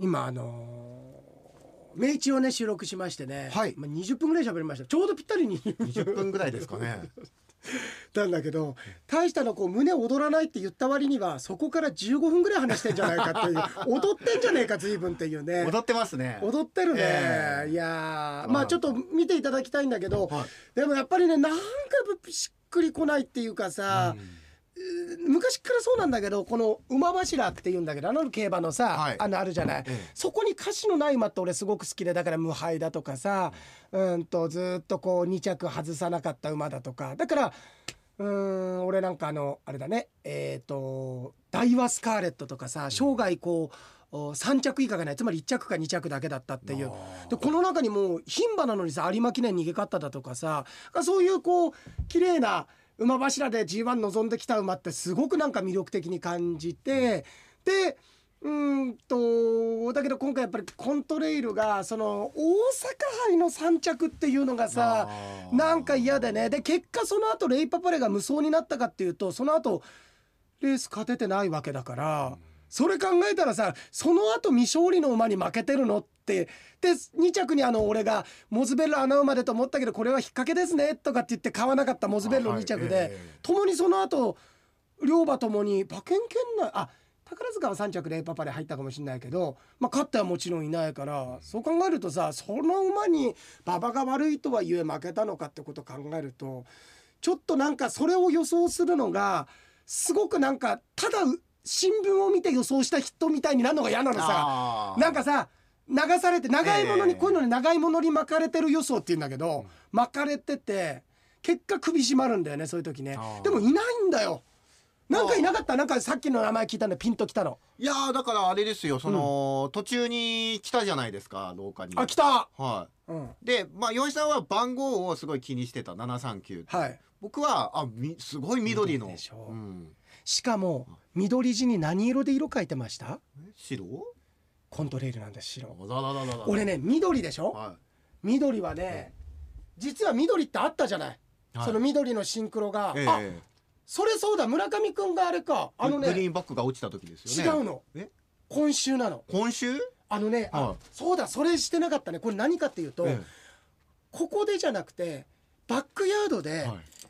今明治をね収録しましてね、 はい、 20分ぐらい喋りました。ちょうどぴったりに 20分ぐらいですかねなんだけど、大したのこう胸躍らないって言った割にはそこから15分ぐらい話してんじゃないかっていう踊ってんじゃねえか随分っていうね。 踊ってますね。 踊ってるね、いやまあちょっと見ていただきたいんだけど、はい、でもやっぱりねなんかしっくりこないっていうかさ、昔からそうなんだけど、この馬柱っていうんだけど競馬のさ、はい、あるじゃない、そこに歌詞のない馬って俺すごく好きで、だから無敗だとかさ、ずっとこう2着外さなかった馬だとか、だから俺なんかあれだね、ダイワスカーレットとかさ、生涯こう3着以下がない、つまり1着か2着だけだったっていう。でこの中にもう牝馬なのにさ有馬記念逃げ勝っただとかさ、そういうこう綺麗な馬柱で G1 望んできた馬ってすごくなんか魅力的に感じて、でだけど今回やっぱりコントレイルがその大阪杯の3着っていうのがさなんか嫌でね。で結果その後レイパパレが無双になったかっていうと、その後レース勝ててないわけだから、それ考えたらさ、その後未勝利の馬に負けてるのって、で2着に俺がモズベッロ穴馬でと思ったけどこれは引っ掛けですねとかって言って買わなかったモズベッロ2着で、共にその後両馬ともに馬券圏内、宝塚は3着でパパで入ったかもしれないけど、勝ってはもちろんいないから、そう考えるとさ、その馬に馬場が悪いとはいえ負けたのかってことを考えると、ちょっとなんかそれを予想するのがすごくなんかただ新聞を見て予想した人みたいになるのが嫌なのさ。なんかさ流されて長いものに、こういうのに長いものに巻かれてる予想って言うんだけど、巻かれてて結果首絞まるんだよね、そういう時ね。でもいないんだよ。なんかいなかった。なんかさっきの名前聞いたんでピンときたの。 いやだからあれですよ、その、途中に来たじゃないですか、廊下に。 来た。 はい、で洋井さんは番号をすごい気にしてた739って、はい、僕はすごい緑のでしょ、 しかも緑地に何色で色描いてました？ 白？ コントレイルなんです、白。俺ね緑でしょ、緑はね、実は緑ってあったじゃない、その緑のシンクロが、それそうだ、村上くんがあれか、 グリーンバックが落ちた時ですよね。 違うの、今週なの。 今週？ そうだ、それしてなかったね。これ何かっていうと、ここでじゃなくてバックヤードで、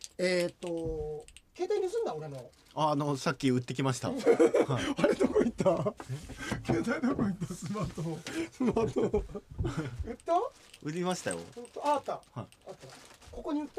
携帯盗んだ俺の。 さっき売ってきました。あれどこ行った？携帯どこ行った？スマート売った？ 売りましたよ。 あった。ここに売った？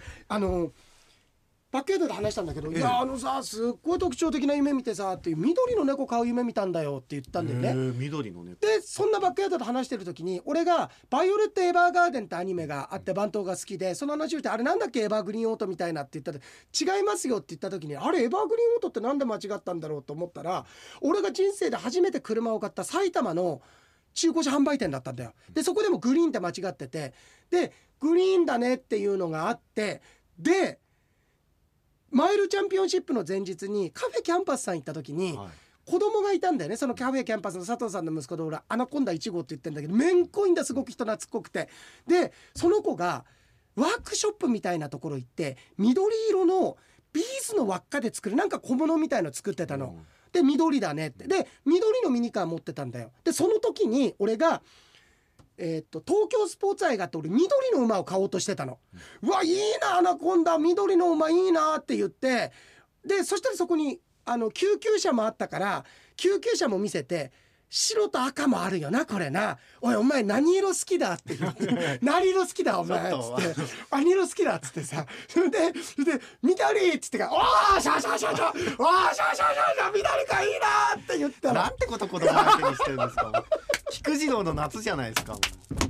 バックヤードで話したんだけど、いやさすっごい特徴的な夢見てさっていう、緑の猫飼う夢見たんだよって言ったんだよね。 緑の猫でそんなバックヤードで話してる時に、俺がバイオレット・エヴァーガーデンってアニメがあって番頭が好きで、その話をして、あれなんだっけエバーグリーンオートみたいなって言ったら、違いますよって言った時に、あれエバーグリーンオートってなんで間違ったんだろうと思ったら、俺が人生で初めて車を買った埼玉の中古車販売店だったんだよ。でそこでもグリーンって間違ってて、でグリーンだねっていうのがあって、でマイルチャンピオンシップの前日にカフェキャンパスさん行った時に、子供がいたんだよね。そのカフェキャンパスの佐藤さんの息子で、俺アナコンダ1号って言ってるんだけど、めんこいんだ、すごく人懐っこくて。でその子がワークショップみたいなところ行って、緑色のビーズの輪っかで作るなんか小物みたいの作ってたの。で緑だねって、で緑のミニカー持ってたんだよ。でその時に俺が東京スポーツアイがあって、俺緑の馬を買おうとしてたの。うわいいなアナコンダ、緑の馬いいなって言って、でそしたらそこに救急車もあったから、救急車も見せて、白と赤もあるよなこれな、おいお前何色好きだって言って何色好きだお前っつって何色好きだっつってさ、それで緑っつってから、おーシャシャシャシャ、おーシャシャシャシャ、緑かいいなって言ったら、 なんてこと子供相手にしてるんですか。菊次郎の夏じゃないですか。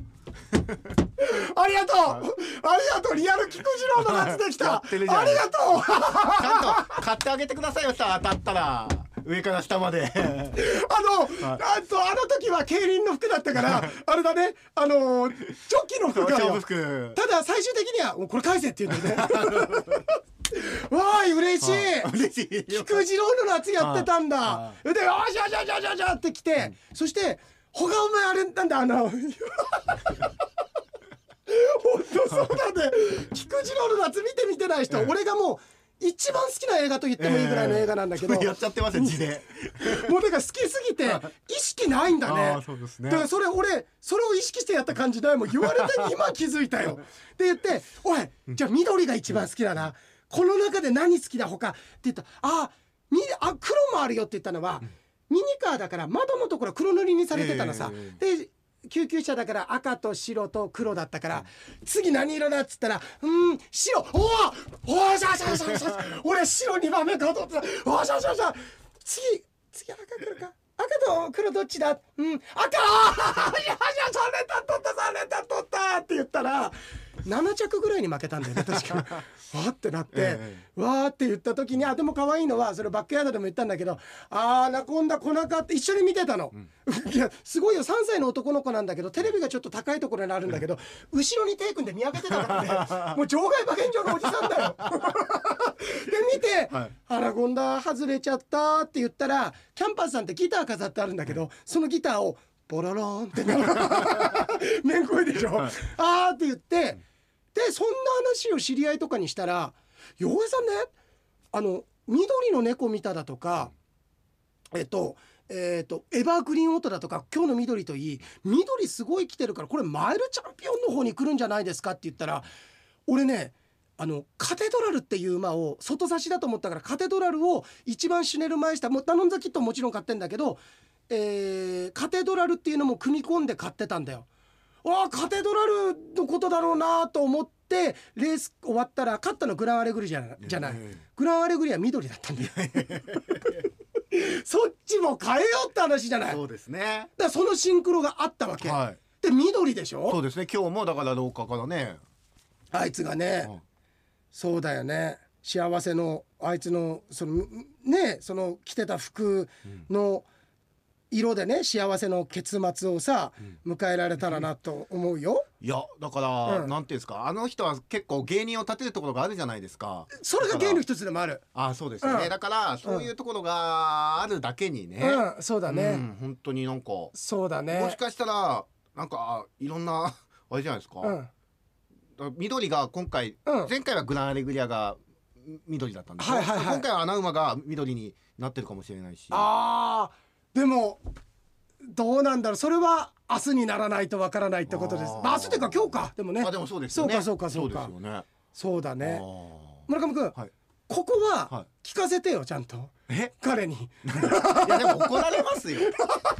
ありがとうリアル菊次郎の夏できた。ありがとう。ちゃんと買ってあげてくださいよ、さ当たったら上から下まで。 あの時は競輪の服だったからあれだね、チョキの服がよ。ただ最終的にはこれ返せって言うんだよね。わーい嬉しい。菊次郎の夏やってたんだ。でよしよしよしよしよしって来て、そしてほがお前あれなんだ本当そうだね。菊次郎の夏見てない人、俺がもう一番好きな映画と言ってもいいぐらいの映画なんだけど、 やっちゃってますよ字でもうだから好きすぎて意識ないんだね。 あ、そうですね。 だから俺それを意識してやった感じだよ。もう言われて今気づいたよって言って、おいじゃあ緑が一番好きだな、この中で何好きだ他って言った。黒もあるよって言ったのは、ミニカーだから窓のところ黒塗りにされてたのさ、で救急車だから赤と白と黒だったから、次何色だっつったら白。おしゃ俺白2番目買おうと思ってた。おしゃ次赤来るか。赤と黒どっちだ。赤。3連単取ったって言ったら7着ぐらいに負けたんだよね確か。わーってなって、わーって言った時に、でも可愛いのはそれバックヤードでも言ったんだけど、アナコンダ来なかった一緒に見てたの、いやすごいよ。3歳の男の子なんだけど、テレビがちょっと高いところにあるんだけど、後ろに手組んで見上げてたからねもう場外馬券場のおじさんだよで見て、アナコンダ外れちゃったって言ったら、キャンパスさんってギター飾ってあるんだけど、そのギターをボロローンってめんこいでしょ、あーって言って、でそんな話を知り合いとかにしたら、洋平さんね、緑の猫見ただとか、エバーグリーンオートだとか、今日の緑といい、緑すごい来てるから、これマイルチャンピオンの方に来るんじゃないですかって言ったら、俺ねカテドラルっていう馬を外差しだと思ったから、カテドラルを一番シュネルマイスターもダノンザキットもちろん買ってんだけど、カテドラルっていうのも組み込んで買ってたんだよ。カテドラルのことだろうなと思って、レース終わったら勝ったのグランアレグリじゃない、グランアレグリは緑だったんだよそっちも変えようって話じゃない。 そうですね。 だからそのシンクロがあったわけ、で緑でしょ。 そうですね。今日もだから廊下からね、 あいつがね、そうだよね、幸せのあいつのそのね、その着てた服の色でね、幸せの結末をさ、迎えられたらなと思うよ。 いやだから、なんていうんですか、あの人は結構芸人を立てるところがあるじゃないですか。 それが芸の一つでもある。 そうですよね、だからそういうところがあるだけにね、 そうだね、 本当になんかそうだね、 もしかしたらなんかいろんなあれじゃないですか、緑が今回、前回はグランアレグリアが緑だったんですけど、今回は穴馬が緑になってるかもしれないし。 でもどうなんだろう、それは明日にならないとわからないってことです。明日っていうか今日か。でもね、 でもそうですよね。 そうかそうだね。村上君、ここは聞かせてよちゃんと彼に。いやでも怒られますよ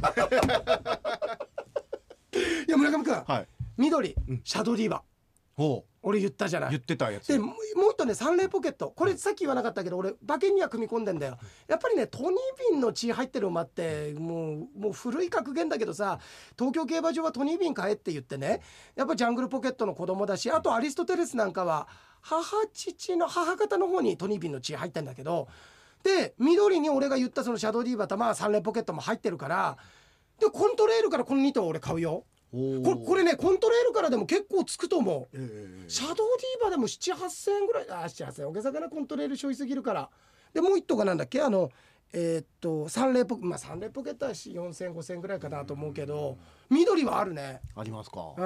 いや村上君、緑シャドーディーバ俺言ったじゃない。 言ってたやつでもう一個ね、サンレイポケット、これさっき言わなかったけど、俺馬券には組み込んでんだよ。やっぱりね、トニービンの血入ってる馬ってもう古い格言だけどさ、東京競馬場はトニービン買えって言ってね、やっぱジャングルポケットの子供だし、あとアリストテレスなんかは父の母方の方にトニービンの血入ってんだけど、で緑に俺が言ったそのシャドーディーバとサンレイポケットも入ってるから、でコントレールからこの2頭俺買うよ。これね、コントレールからでも結構つくと思う、シャドーディーバでも 7,8,000 円ぐらい、7,8,000円大げさかな、コントレールしょいすぎるから。でもう一頭がなんだっけ、サンレイポケットは 4,000 5,000円ぐらいかなと思うけど、緑はあるね。 ありますか。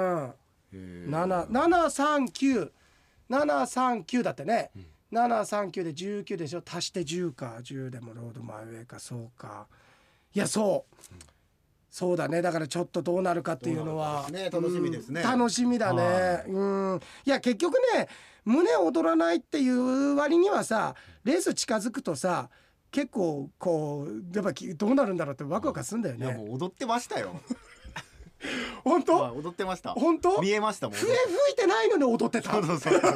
739だってね、739で19でしょ、足して10か、10でもロードマイウェイか、そうか、いやそうだね。だからちょっとどうなるかっていうのは楽しみですね。 楽しみだね。いや結局ね、胸躍らないっていう割にはさ、レース近づくとさ、結構こうやっぱどうなるんだろうってワクワクするんだよね。 いやもう踊ってましたよ本当？ 踊ってました。 本当？ 見えましたもん。 笛吹いてないのに踊ってた。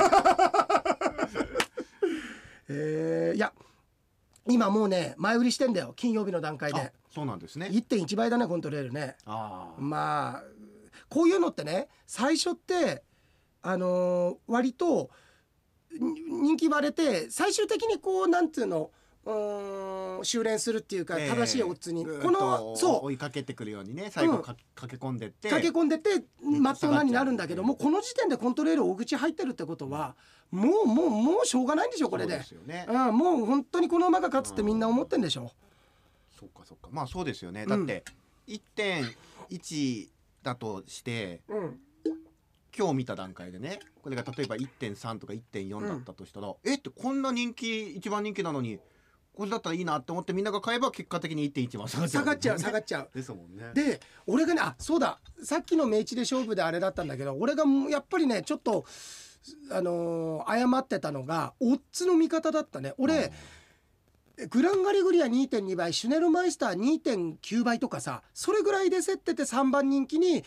いや今もうね、前売りしてんだよ、金曜日の段階で。 そうなんですね。 1.1 倍だね、コントレールね。まあこういうのってね、最初って割と人気割れて、最終的にこうなんていうの、修練するっていうか、正しいオッズにこの追いかけてくるようにね、最後駆け込んでってまっとうなになるんだけども、この時点でコントレール大口入ってるってことはもうしょうがないんでしょこれで。もう本当にこの馬が勝つってみんな思ってんでしょ。 そうかまあそうですよね。だって 1.1 だとして、 今日見た段階でね、これが例えば 1.3 とか 1.4 だったとしたら、ってこんな人気一番人気なのにこれだったらいいなって思ってみんなが買えば結果的に 1.1 は下がっちゃう、 下がっちゃうですもんね。 で俺がね、そうだ、さっきの明治で勝負であれだったんだけど、俺がやっぱりねちょっと誤ってたのがオッズの見方だったね。俺グランガリグリア 2.2 倍、シュネルマイスター 2.9 倍とかさ、それぐらいで競ってて3番人気に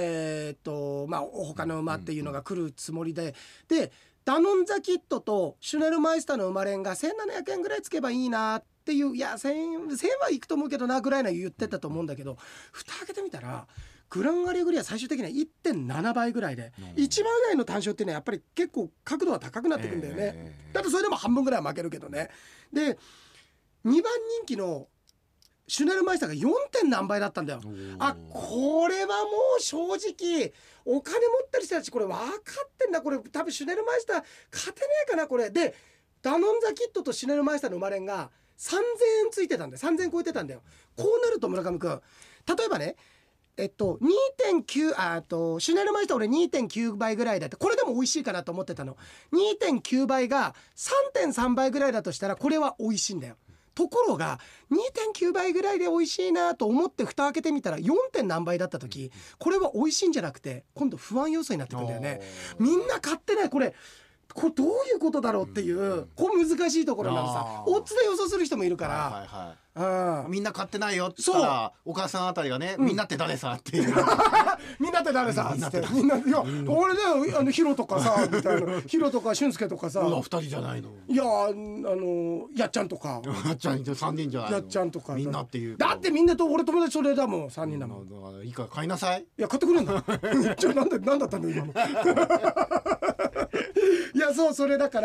他の馬っていうのが来るつもりで、でダノンザキッドとシュネルマイスターの馬連が1700円ぐらいつけばいいなっていう、いや1000はいくと思うけどなぐらいの言ってたと思うんだけど、蓋開けてみたらグランガリグリア最終的には 1.7 倍ぐらいで、1番台の単勝っていうのはやっぱり結構角度は高くなってくんだよね。だってそれでも半分ぐらいは負けるけどね。で2番人気のシュネルマイスターが 4. 何倍だったんだよ。これはもう正直お金持ってる人たちこれ分かってんだ。これ多分シュネルマイスター勝てねえかなこれで。ダノンザキッドとシュネルマイスターの馬連が3000円ついてたんだよ。3000円超えてたんだよ。こうなると村上君、例えばね2.9 シュネルマイスター俺 2.9 倍ぐらいだって、これでも美味しいかなと思ってたの。 2.9 倍が 3.3 倍ぐらいだとしたらこれは美味しいんだよ。ところが 2.9 倍ぐらいで美味しいなと思って蓋開けてみたら 4. 何倍だった時、これは美味しいんじゃなくて今度不安要素になってくるんだよね。みんな買ってない、これどういうことだろうっていう、こう難しいところなのさ。オッズで予想する人もいるから、 みんな買ってないよって言ったらお母さんあたりがね、みんなって誰さっていうみんなって誰さってみんな、いや俺だよヒロとかさみたいな、ヒロとか俊介とかさ、 2人じゃないの、 いややっちゃんとかやっちゃん3人じゃないの、 やっちゃんとかみんなっていう、 だってみんなと俺友達それだもん、3人だもん。 いいから買いなさい。 いや買ってくれんだなんだったの今のいやそれだから、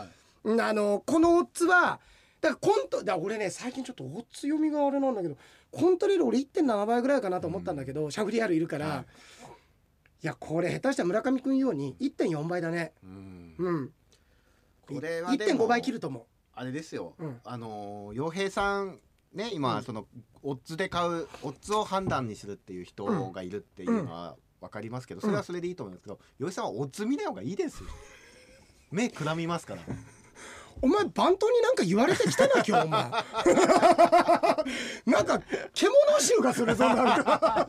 このオッズはだから俺ね最近ちょっとオッズ読みがあれなんだけど、コントレール俺 1.7 倍ぐらいかなと思ったんだけど、シャフリヤールいるから、いやこれ下手したら村上くんように 1.4 倍だね。 これはでも 1.5 倍切ると思う。 あれですよ、洋平さんね、今そのオッズで買うオッズを判断にするっていう人がいるっていうのは分かりますけど、それはそれでいいと思うんですけど、洋平さんはオッズ見ない方がいいですよ。目くらみますから。 お前番頭になんか言われてきたな今日お前なんか獣臭がするぞなんか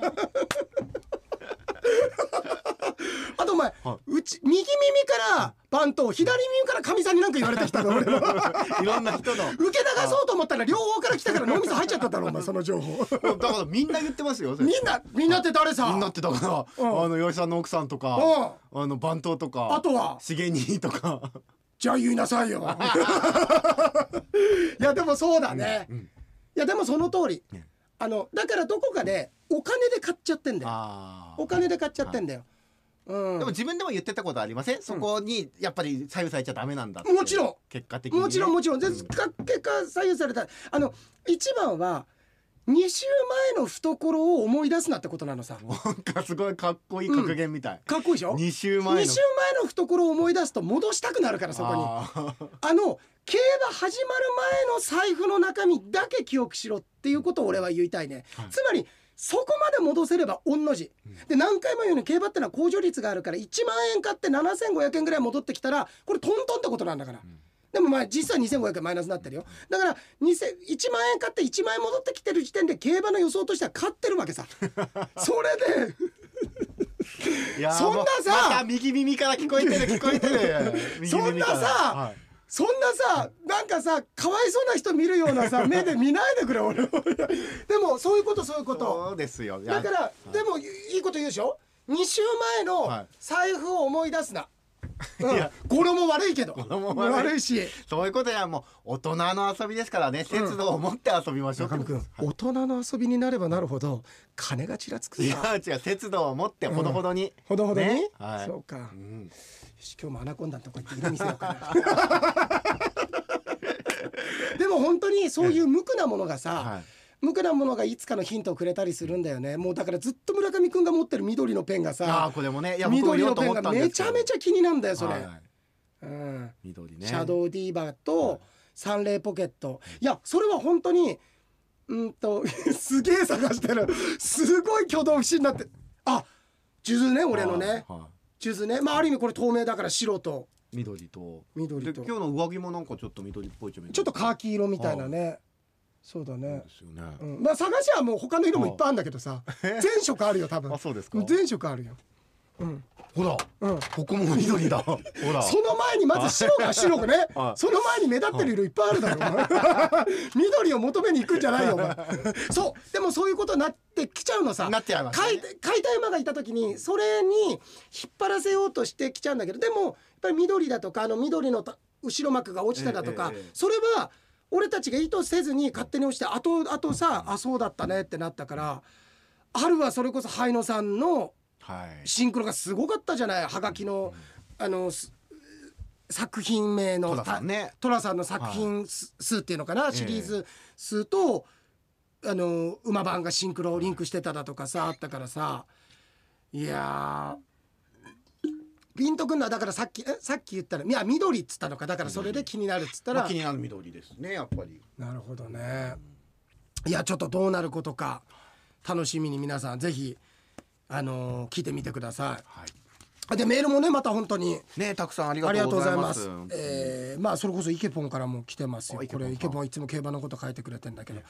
あとお前、右耳から番頭、左耳からかみさんになんか言われてきたの俺のいろんな人の受け流そうと思ったら両方から来たから脳みそ入っちゃっただろお前その情報だからみんな言ってますよ。 みんなって誰さ、 みんなってだから洋平さんの奥さんとか番頭とか、 あとは茂兄とかじゃあ言いなさいよいやでもそうだね、いやでもその通り、だからどこかでお金で買っちゃってんだよ。お金で買っちゃってんだよ。でも自分でも言ってたことありません？そこにやっぱり左右されちゃダメなんだって。 もちろん結果的にね、 もちろん結果左右された。一番は2週前の懐を思い出すなってことなのさ。 なんかすごいかっこいい格言みたい。 かっこいいでしょ。 2週前の懐を思い出すと戻したくなるから、そこに競馬始まる前の財布の中身だけ記憶しろっていうことを俺は言いたいね。つまりそこまで戻せれば御の字で、何回も言うように競馬ってのは控除率があるから、1万円買って7500円ぐらい戻ってきたらこれトントンってことなんだから。でも実際2500円マイナスになってるよ。だから1万円買って1万円戻ってきてる時点で競馬の予想としては勝ってるわけさそれでそんなさ、 また右耳から聞こえてるそんなさ、そんなさ、なんかさかわいそうな人見るようなさ目で見ないでくれ俺でもそういうことそうですよ。 だからでもいいこと言うでしょ。2週前の財布を思い出すな、語呂も悪いけど悪いし、 そういうことや、もう大人の遊びですからね、節度を持って遊びましょう。 大人の遊びになればなるほど金がちらつくさ。 いや違う、節度を持ってほどほどに、 ほどほどに、そうか、今日もアナコンダのとこ行って色見せようかなでも本当にそういう無垢なものがさ、無垢なものがいつかのヒントをくれたりするんだよね。もうだからずっと村上くんが持ってる緑のペンがさ、 これもね、 緑のペンがめちゃめちゃ気になるんだよそれ。 緑ね、 シャドウディーバーとサンレイポケット、いやそれは本当にすげえ探してる。すごい挙動不審になって、数珠ね、俺のね、 数珠ね、まあある意味これ透明だから白と緑と緑と、 で今日の上着もなんかちょっと緑っぽいちょっとカーキ色みたいなね。そうだね。 そうですよね。 まあ探しはもう他の色もいっぱいあるんだけどさ、全色あるよ多分。 あ、そうですか。 全色あるよ。 ほら、ここも緑だ。ほら。 その前にまず白が白くね。その前に目立ってる色いっぱいあるだろ。緑を求めに行くんじゃないよお前。そう、でもそういうことになってきちゃうのさ。 なっちゃいますね。 買いたい馬がいた時にそれに引っ張らせようとしてきちゃうんだけど、でもやっぱり緑だとか緑の後ろ幕が落ちただとか、それは俺たちが意図せずに勝手に落ちて後々さ、あそうだったねってなったから、あるはそれこそハイノさんのシンクロがすごかったじゃない。はがきの作品名のトラさんの作品数っていうのかな、シリーズ数と馬番がシンクロリンクしてただとかさあったからさ、いやピンとくんのはだからさっき言ったら、いや緑っつったのか、だからそれで気になるっつったら、 気になる緑ですねやっぱり。 なるほどね。いやちょっとどうなることか楽しみに皆さんぜひ聞いてみてください。でメールもねまた本当にねたくさんありがとうございます。 まあそれこそイケポンからも来てますよ。これイケポンいつも競馬のこと書いてくれてんだけど、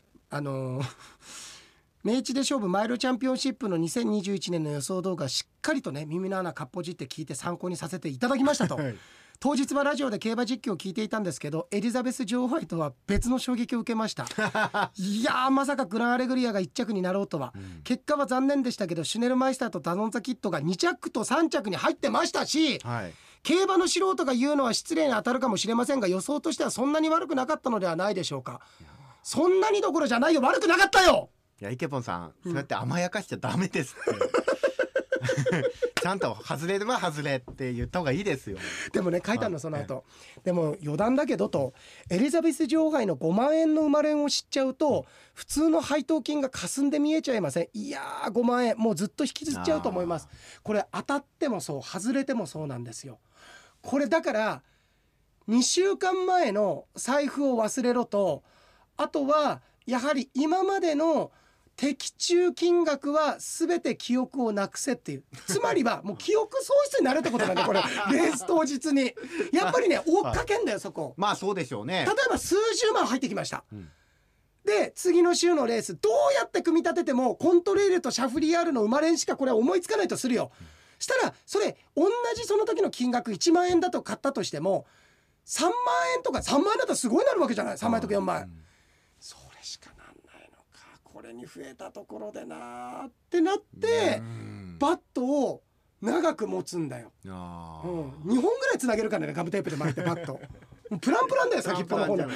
明治で勝負マイルチャンピオンシップの2021年の予想動画しっかりとね耳の穴かっぽじって聞いて参考にさせていただきましたと。当日はラジオで競馬実況を聞いていたんですけど、エリザベス女王杯とは別の衝撃を受けました。いやーまさかグランアレグリアが1着になろうとは、結果は残念でしたけどシュネルマイスターとダノンザキッドが2着と3着に入ってましたし、競馬の素人が言うのは失礼に当たるかもしれませんが、予想としてはそんなに悪くなかったのではないでしょうか。そんなにどころじゃないよ、悪くなかったよ。 いやイケポンさん、そうやって甘やかしちゃダメですってちゃんと外れは外れって言った方がいいですよ。 でもね書いたのその後、でも余談だけどと、エリザベス女王杯の5万円の生まれんを知っちゃうと普通の配当金が霞んで見えちゃいません。いやー5万円もうずっと引きずっちゃうと思います。これ当たってもそう外れてもそうなんですよ。これだから2週間前の財布を忘れろと、あとはやはり今までの的中金額は全て記憶をなくせっていう、つまりはもう記憶喪失になるってことなんだこれレース当日にやっぱりね追っかけんだよそこ。 まあそうでしょうね。 例えば数十万入ってきました、で次の週のレースどうやって組み立ててもコントレールとシャフリヤールの生まれんしかこれは思いつかないとするよ、したらそれ同じその時の金額1万円だと買ったとしても3万円とか3万円だとすごいなるわけじゃない。3万円とか4万円、それしかなんないのかこれに増えたところでなーってなってバットを長く持つんだよ、2本ぐらいつなげるからね、ガムテープで巻いてバットプランプランだよ先っぽの方に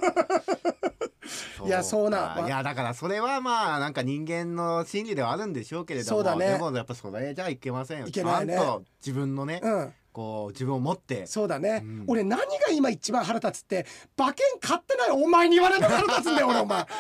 いやそうな、 いやだからそれはまあなんか人間の心理ではあるんでしょうけれども、 そうだね、 でもやっぱそれじゃいけませんよ。 いけないね、 ちゃんと自分のね、こう自分を持って。 そうだね、俺何が今一番腹立つって馬券買ってないお前に言われるの腹立つんだよ俺お前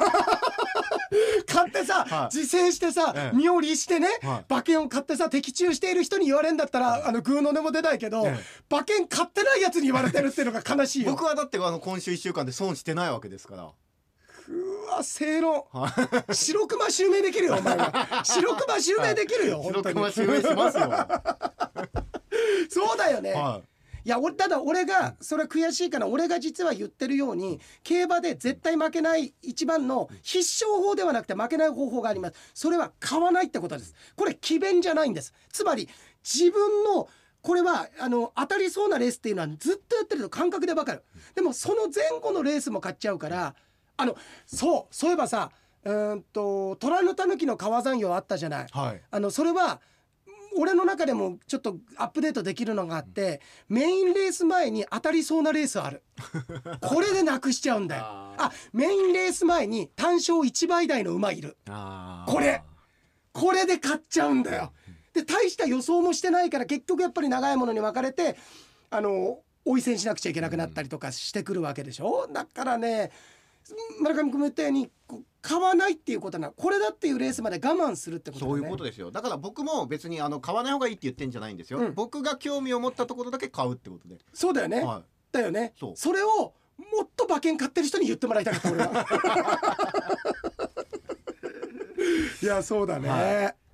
買ってさ、自制してさ、身を利してね、馬券を買ってさ的中している人に言われるんだったらグーの音も出ないけど、馬券買ってないやつに言われてるっていうのが悲しいよ僕はだって今週1週間で損してないわけですから。 うわ正論白熊襲名できるよお前は白熊襲名できるよ、 本当に白熊襲名しますよそうだよね、いやただ俺がそれ悔しいから、俺が実は言ってるように競馬で絶対負けない一番の必勝法ではなくて負けない方法があります。それは買わないってことです。これ詭弁じゃないんです。つまり自分のこれは当たりそうなレースっていうのはずっとやってると感覚で分かる。でもその前後のレースも買っちゃうからそういえばさ虎の狸の川山用あったじゃない、それは俺の中でもちょっとアップデートできるのがあって、メインレース前に当たりそうなレースあるこれでなくしちゃうんだよメインレース前に単勝1倍台の馬いる、これで買っちゃうんだよ。で大した予想もしてないから結局やっぱり長いものに分かれて追い戦しなくちゃいけなくなったりとかしてくるわけでしょ。だからね村上君も言ったように買わないっていうことな、これだっていうレースまで我慢するってことだね。 そういうことですよ。だから僕も別に買わない方がいいって言ってんじゃないんですよ、僕が興味を持ったところだけ買うってことで。 そうだよね、だよね。それをもっと馬券買ってる人に言ってもらいたかった俺は。いやそうだね、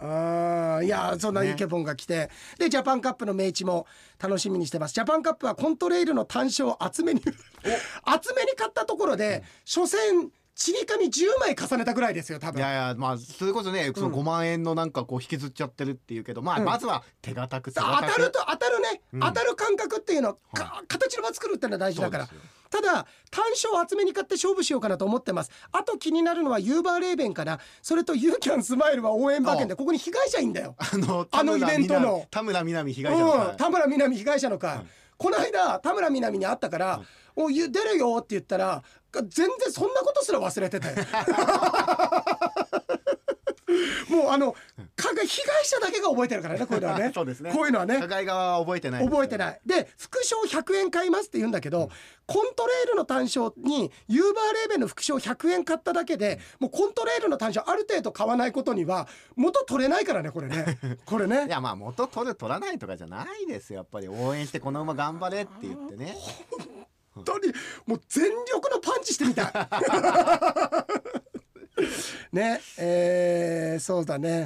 いやそんなイケボンが来て、でジャパンカップの明治も楽しみにしてます。ジャパンカップはコントレイルの単勝を厚めに買ったところで、初戦ちり紙10枚重ねたぐらいですよ多分。 いやいや、まあそれこそね、その5万円のなんかこう引きずっちゃってるっていうけど、まあまずは手堅く当たるね、当たる感覚っていうの、形の場作るっていうのは大事だから。ただ単勝を厚めに買って勝負しようかなと思ってます。あと気になるのはユーバーレーベンかな、それとユーキャンスマイルは応援馬券で、ここに被害者いんだよ、あのイベントの田村みな実被害者の会、 田村みな実被害者の会、この間田村みな実に会ったから「お出るよ」って言ったら全然そんなことすら忘れてたよもう被害者だけが覚えてるからね、こういうのはねそうですね、 こういうのはね加害側は覚えてない、 覚えてない。で副賞100円買いますって言うんだけど、コントレールの単勝にユーバーレーベンの副賞100円買っただけで、もうコントレールの単勝ある程度買わないことには元取れないからね、これねこれねいやまあ元取らないとかじゃないですよ。やっぱり応援してこの馬頑張れって言ってね、 本当にもう全力のパンチしてみたいね、そうだね、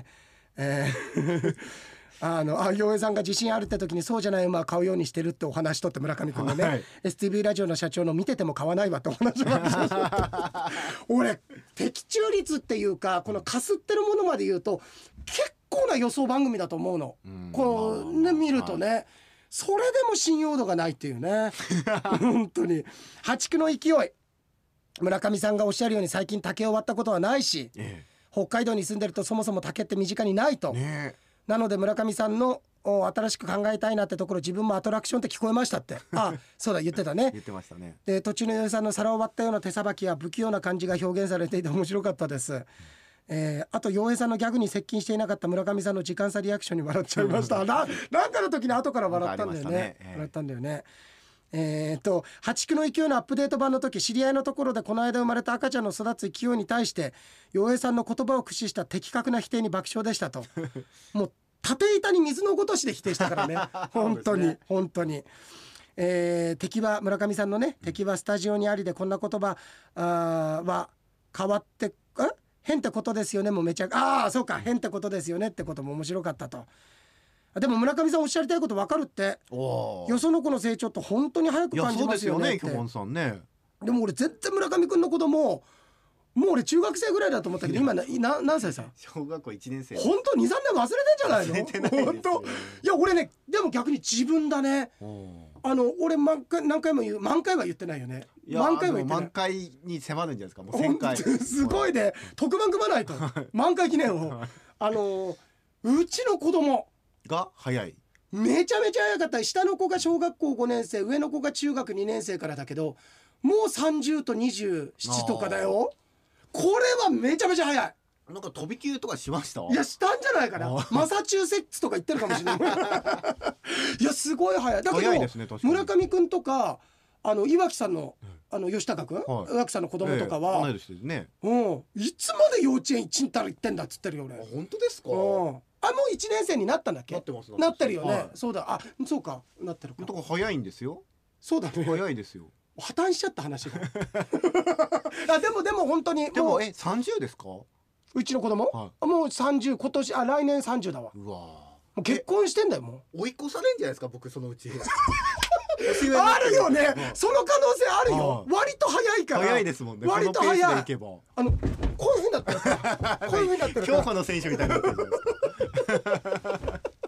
洋平さんが自信あるって時にそうじゃない馬を買うようにしてるってお話とって、村上君のね、はい、STV ラジオの社長の見てても買わないわってお話が俺的中率っていうかこのかすってるものまで言うと結構な予想番組だと思うの、こうね見るとね、はい、それでも信用度がないっていうね本当に破竹の勢い、村上さんがおっしゃるように最近竹を割ったことはないし、北海道に住んでるとそもそも竹って身近にないと、なので村上さんの新しく考えたいなってところ、自分もアトラクションって聞こえましたってそうだ言ってたね言ってましたね。 で途中の洋さんの皿を割ったような手さばきや不器用な感じが表現されていて面白かったです。あと洋平さんのギャグに接近していなかった村上さんの時間差リアクションに笑っちゃいましたなんかの時に後から笑ったんだよね、笑ったんだよね。破竹の勢いのアップデート版の時、知り合いのところでこの間生まれた赤ちゃんの育つ勢いに対して洋平さんの言葉を駆使した的確な否定に爆笑でしたともう縦板に水のごとしで否定したからね本当に、本当に。敵は村上さんのね、敵はスタジオにありでこんな言葉は変わって変ってことですよねもうめちゃそうか変ってことですよねってことも面白かったと。でも村上さんおっしゃりたいこと分かるって、よその子の成長って本当に早く感じますよねって。 いやそうですよね、キョボンさんね。 でも俺全然村上くんの子供もう俺中学生ぐらいだと思ったけど今何歳さ、 小学校1年生。 本当 2,3 年忘れてんじゃないの。 忘れてないですよ。 本当いや俺ね、でも逆に自分だね。俺何回も何回は言ってないよね。 満開は言ってない。満開に迫るんじゃないですか。もう1000回すごいね、特番組まないと満開記念をうちの子供が早い、 めちゃめちゃ早かった。下の子が小学校5年生、上の子が中学2年生からだけど、もう30と27とかだよ。これはめちゃめちゃ早い。 なんか飛び級とかしました？ いやしたんじゃないかな。マサチューセッツとか行ってるかもしれないいやすごい早い。だけど、ね、村上くんとか岩城さんの吉高くん、岩城さんの子供とかは、 同い年ですね。 いつまで幼稚園1たら行ってんだっつってるよ俺。 本当ですか？ もう1年生になったんだっけ？ なってます。 なってるよね。そうだ、そうか、なってるか。 とか早いんですよ。 そうだね。 早いですよ。 破綻しちゃった話がでも本当にもう30ですか？ うちの子供、もう30、今年来年30だわ。 うわ、 もう結婚してんだよ。もう追い越されんじゃないですか僕そのうちあるよね、その可能性あるよ。割と早いから。 早いですもんね。 割と早い。こういう風になってるこういう風になってる競歩の選手みたいになってるじゃないですか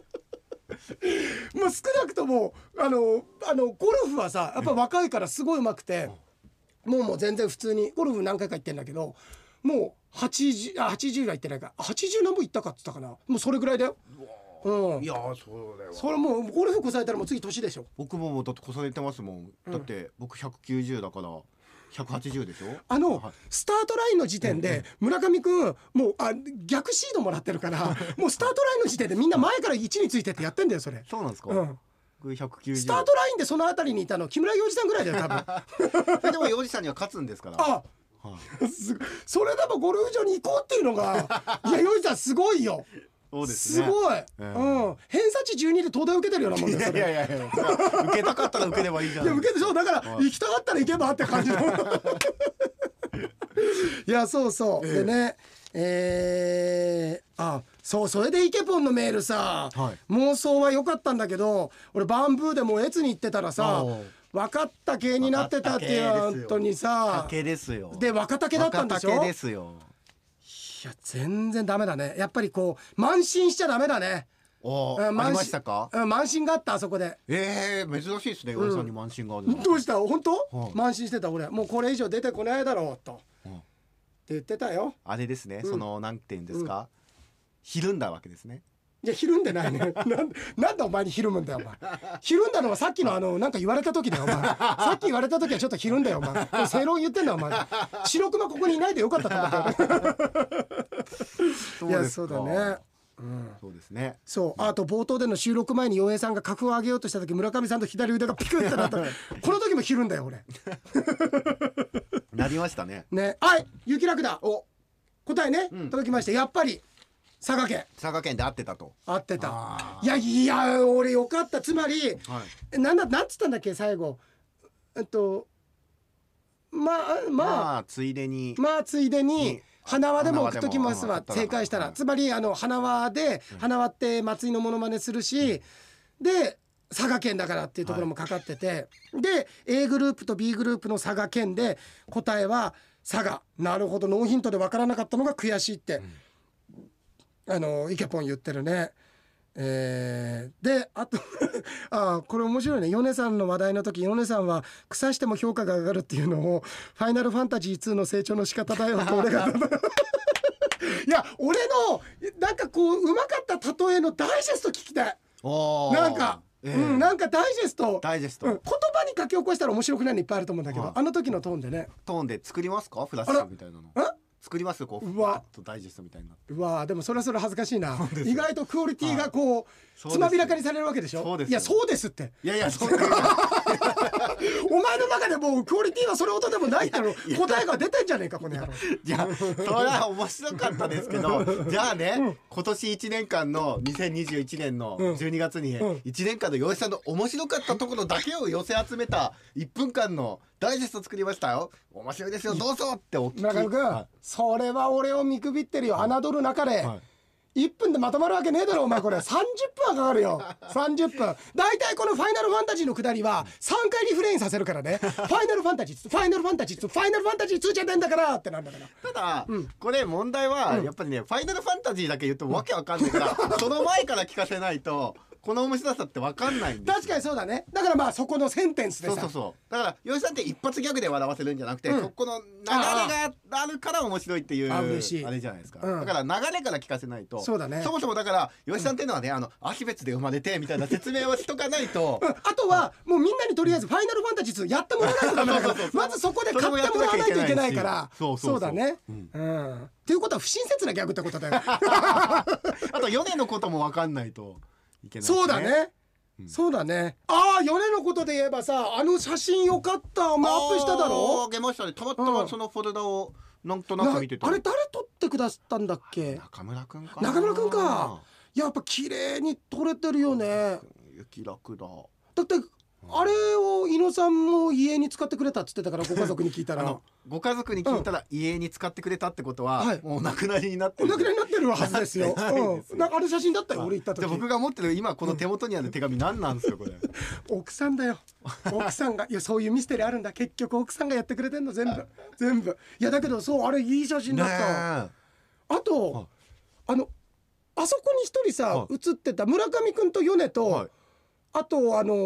もう少なくともゴルフはさ、やっぱ若いからすごい上手くて、もう全然普通にゴルフ何回か行ってんだけど、もう80は行ってないか、80何本行ったかっつったかな。もうそれぐらいだよ。 いやそうだよ。 それもうゴルフ越されたらもう次年でしょ。 僕もだって越されてますもん。だって僕190だから180でしょ。 スタートラインの時点で村上くんもう逆シードもらってるからもうスタートラインの時点でみんな前から1についてってやってんだよそれ。 そうなんですか。190。 スタートラインでそのあたりにいたの木村洋二さんぐらいだよ多分でも洋二さんには勝つんですから。 それでもゴルフ場に行こうっていうのがいや洋二さんすごいよ。 そうですね。 すごい。偏差値12で東大受けてるようなもんだよ。 いや受けたかったら受ければいいじゃん。 いや受けてそうだから行きたかったら行けばって感じのいやそうでね、 そうそれでイケポンのメールさ、妄想は良かったんだけど俺バンブーでもう越に行ってたらさ分かった系になってたっていう本当にさ竹ですよ。 で若竹だったんでしょ。 若竹ですよ。 いや全然ダメだね。やっぱりこう慢心しちゃダメだね。 ありましたか。 慢心があったあそこで。 珍しいですね。岩井さんに慢心がある。 どうした本当？慢心してた俺。もうこれ以上出てこないだろうとって言ってたよ。 あれですね。そのなんて言うんですか。ひるんだわけですね。 いやひるんでないね。なんでお前にひるむんだよお前。ひるんだのはさっきのなんか言われた時だよお前。さっき言われた時はちょっとひるんだよお前。正論言ってんだよお前。白熊ここにいないでよかったと思ったよ。いやそうだね。 そうですね。 そうあと冒頭での収録前に洋平さんが格を上げようとした時村上さんと左腕がピクってなったこの時もひるんだよ俺。 なりましたね。 ねはい雪楽だ。答えね届きました。やっぱり佐賀県で合ってたと。 合ってた。いや俺よかった。つまり、なんつったんだっけ最後。まあついでに花輪でも送っときますわ正解したら。つまり花輪で花輪って松井のモノマネするしで佐賀県だからっていうところもかかってて、で A グループと B グループの佐賀県で答えは佐賀。なるほどノーヒントで分からなかったのが悔しいって、イケポン言ってるね。であとこれ面白いね。米さんの話題の時米さんは腐しても評価が上がるっていうのをファイナルファンタジー2の成長の仕方だよって俺がいや俺のなんかこううまかった例えのダイジェスト聞きたい。なんかなんかダイジェスト、言葉に書き起こしたら面白くないのいっぱいあると思うんだけど、あの時のトーンでね。 トーンで作りますかフラッシュみたいなの。作りますこうふわっとダイジェストみたいな。うわでもそれ恥ずかしいな。意外とクオリティがこうつまびらかにされるわけでしょ。いやそうですって。いやそうお前の中でもうクオリティはそれほどでもないっての答えが出てんじゃねえかこの野郎。 いやそれは面白かったですけどじゃあね、今年1年間の2021年の12月に1年間の洋一さんの面白かったところだけを寄せ集めた1分間のダイジェスト作りましたよ。面白いですよどうぞってお聞き。 村上君、それは俺を見くびってるよ。侮る中で、1分でまとまるわけねえだろお前。これ30分はかかるよ。30分だいたいこのファイナルファンタジーの下りは3回リフレインさせるからね。ファイナルファンタジー2ファイナルファンタジー2ファイナルファンタジー2じゃねえんだからってなんだから。 ただ、これ問題はやっぱりね、ファイナルファンタジーだけ言ってもわけわかんないから、その前から聞かせないとこの面白さって分かんないんですよ。 確かにそうだね。だからまあそこのセンテンスでさ。 そうだから吉さんって一発ギャグで笑わせるんじゃなくて、そこの流れがあるから面白いっていうあれじゃないですか。だから流れから聞かせないと。 そうだね。 そもそもだから吉さんっていうのはね芦別で生まれてみたいな説明をしとかないと。 あとはもうみんなにとりあえずファイナルファンタジー2やってもらわないとダメだからまずそこで買ってもらわないといけないから。そうだね。っていうことは不親切なギャグってことだよ。 あと米のことも分かんないといけない。 そうだね。そうだね。米のことで言えばさ写真よかった。アップしただろ。 あげましたね。たまたまそのフォルダをなんとなく見てた。 あれ誰撮ってくださったんだっけ。 中村くんか。 やっぱ綺麗に撮れてるよね。 雪楽だ。 だってあれを猪野さんも家に使ってくれたっつってたからご家族に聞いたらご家族に聞いたら家に使ってくれたってことはもうお亡くなりになってる。 お亡くなりになってるはずですよ。あれ写真だったよ俺行った時。 僕が持ってる今この手元にある手紙何なんですかこれ。 奥さんだよ。奥さんがいやそういうミステリーあるんだ。結局奥さんがやってくれてんの全部。いやだけどそうあれいい写真だった。あとあそこに一人さ写ってた村上くんと米とあと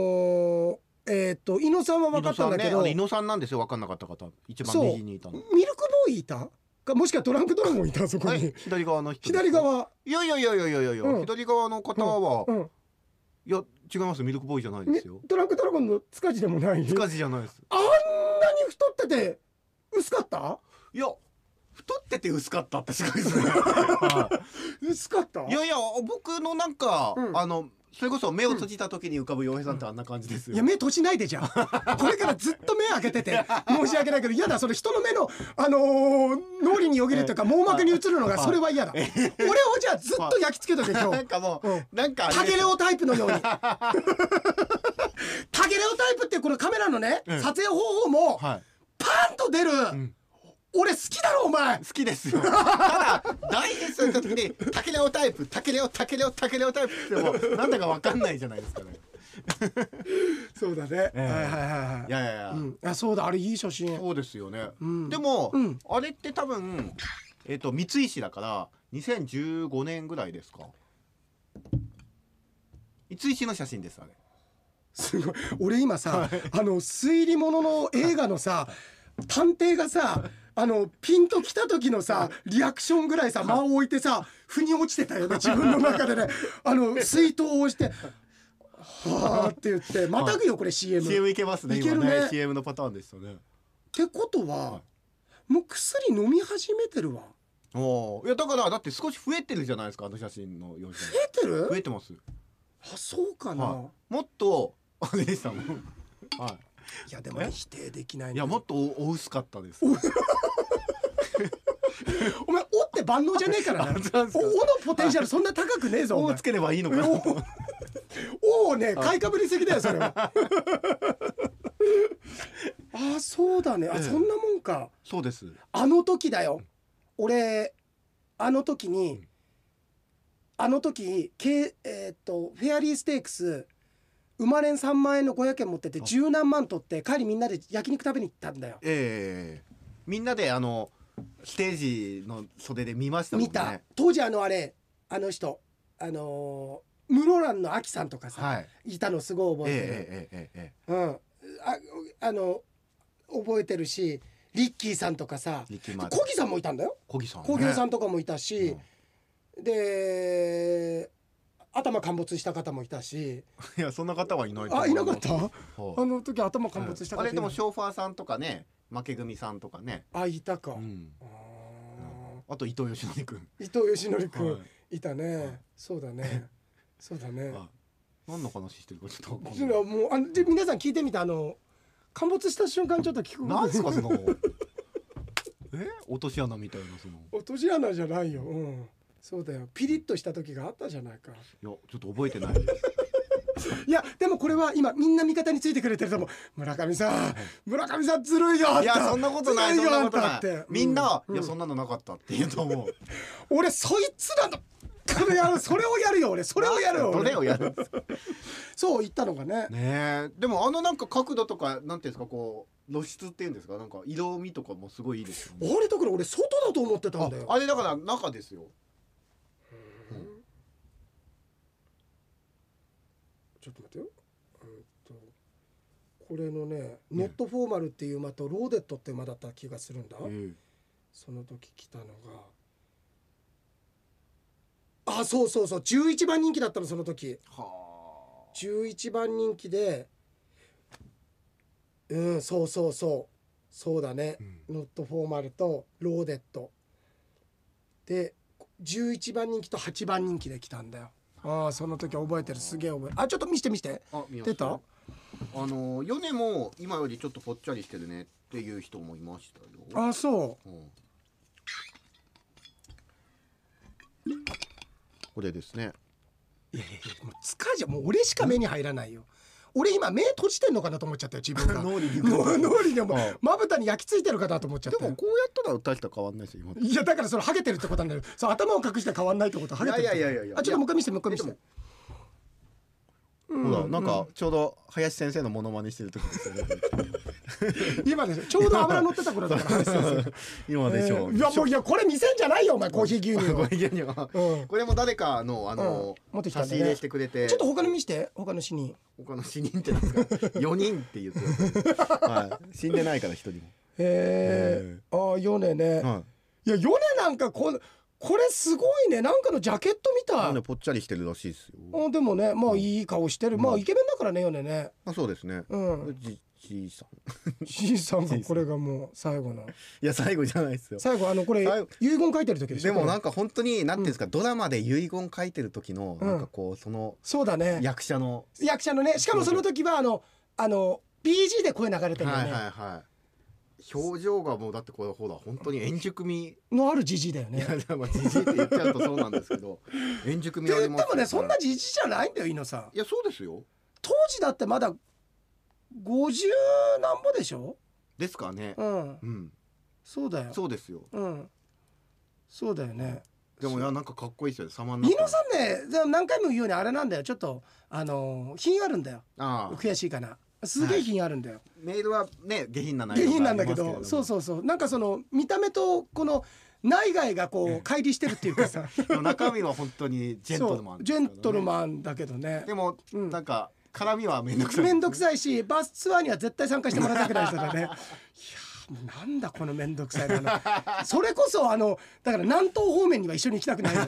猪野さんは分かったんだけど、 猪野さんなんですよ。分かんなかった方一番右にいたの。 ミルクボーイいたかもしくはトランクドラゴンいたそこに。 左側の人。 左側。 いや左側の方はいや違います。ミルクボーイじゃないですよ。 トランクドラゴンの塚地でもない。 塚地じゃないです。 あんなに太ってて薄かった。 いや太ってて薄かったってすごいですね。 薄かった。 いや僕のなんかそれこそ目を閉じた時に浮かぶ洋平さんってあんな感じですよ。 いや目閉じないでじゃん。これからずっと目開けてて申し訳ないけど嫌だ。それ人の目の脳裏によぎるというか網膜に映るのがそれは嫌だ。俺をじゃあずっと焼き付けとけ今日。 なんかもうなんかタゲレオタイプのように。タゲレオタイプってこのカメラのね撮影方法もパンと出る俺好きだろお前。 好きですよ。ただダイジェストの時にタケレオタイプタイプってもなんだかわかんないじゃないですかね。 そうだね、はいはいはい。 いやいやいや、 あそうだ、あれいい写真。 そうですよね、でも、あれって多分三石だから2015年ぐらいですか。三石の写真ですあれ。 すごい。俺今さ、推理物の映画のさ探偵がさピンときた時のさリアクションぐらいさ間を置いてさ腑に落ちてたよね、自分の中でね。水筒を押してはーって言ってまたぐよこれ CM いけますね。 いけるね、 今ね CM のパターンでしたね。 ってことは、もう薬飲み始めてるわ。 いやだからだって少し増えてるじゃないですか、あの写真の様子。 増えてる？ 増えてます。 あ、そうかな、 もっとあれでしたもん。 いやでもね否定できない。 いやもっとお薄かったです。 お前おって万能じゃねえからな。おのポテンシャルそんな高くねえぞ。 おをつければいいのかな。 おをね買いかぶりすぎだよそれは。あそうだね、あそんなもんか。 そうです。 あの時だよ、俺あの時フェアリーステークス生まれん3万円の500円持ってて十何万取って帰りみんなで焼肉食べに行ったんだよ。 みんなでステージの袖で見ましたもんね。 見た。当時あの人室蘭のアキさんとかさ、いたのすごい覚えてる。覚えてるし、リッキーさんとかさ、コギさんもいたんだよ。コギさんとかもいたし、で頭陥没した方もいたし。 いやそんな方はいない。 いなかった。あの時頭陥没した方。 あれでもショーファーさんとかね、負け組さんとかね。 いたか。 あと伊藤義則君いたね。そうだね。 何の話してるかちょっと。 もうで皆さん聞いてみた陥没した瞬間ちょっと聞く。 なんですかその落とし穴みたいなその。 落とし穴じゃないよ。そうだよ。ピリッとした時があったじゃないか。いやちょっと覚えてない。 いやでもこれは今みんな味方についてくれてると思う。村上さんずるいよ。 いやそんなことない。そんなことない。みんないやそんなのなかったって言うと思う。 俺そいつらのそれをやるよ俺。それをやるよ。 どれをやる。 そう言ったのがね。 でもなんか角度とかなんていうんですか、こう露出っていうんですか、なんか色味とかもすごいいいですよね。 あれだから俺外だと思ってたんだよ。 あれだから中ですよ。 ちょっと待ってよ。これのねノットフォーマルっていう馬とローデットって馬だった気がするんだ。その時来たのがそう11番人気だったのその時。11番人気でそうだね、ノットフォーマルとローデットで11番人気と8番人気で来たんだよ。その時覚えてる。すげえ覚え。ちょっと見して。出た。 米も今よりちょっとぽっちゃりしてるねっていう人もいましたよ。 そう。 これですね。 いやもう塚じゃもう俺しか目に入らないよ。俺今目閉じてんのかなと思っちゃったよ自分が。脳裏にもまぶたに焼き付いてるかなと思っちゃった。 でもこうやったら歌人変わんないですよ今。 いやだからそれハゲてるってことなんだよ。頭を隠して変わんないってことはハゲてる。いやちょっともう一回見せて。 ほらなんかちょうど林先生のモノマネしてる時ですよね。 今でしょ。ちょうど油乗ってた頃だから林先生。 今でしょ。 いやこれ見せんじゃないよお前。コーヒー牛乳。これも誰かの差し入れしてくれて。 ちょっと他の見して。他の死人ってなんですか。4人って言って。死んでないから一人も。 米ね。いや米なんかこれすごいね。なんかのジャケットみたい。 ぽっちゃりしてるらしいですよ。 でもねいい顔してる。イケメンだからね米ね。 そうですね。じいさんがこれがもう最後の。 いや最後じゃないですよ。 最後これ遺言書いてる時でしょ。 でもなんか本当になんていうんですか、ドラマで遺言書いてる時のなんかこうそうだね。 役者のね。しかもその時はBG で声流れてるよね。 表情がもうだってこれほら本当に円熟味のあるジジだよね。 いやジジって言っちゃうとそうなんですけど、円熟味あります。 でもねそんなジジじゃないんだよ猪さん。 いやそうですよ。 当時だってまだ50何歩でしょ。 ですかね。 そうだよ。 そうですよ。 そうだよね。 でもなんかかっこいいですよね。様になってる。飯野さんね、何回も言うようにあれなんだよ。ちょっと品あるんだよ。悔しいかな。すげえ品あるんだよ。 メールはね下品な内容。下品なんだけど、そうなんかその見た目とこの内外がこう乖離してるっていうかさ。 中身は本当にジェントルマン。 ジェントルマンだけどね。 でもなんか絡みはめんどくさい。 めんどくさいし、バスツアーには絶対参加してもらいたくない人だね。いやなんだこのめんどくさいなそれこそだから南東方面には一緒に行きたくない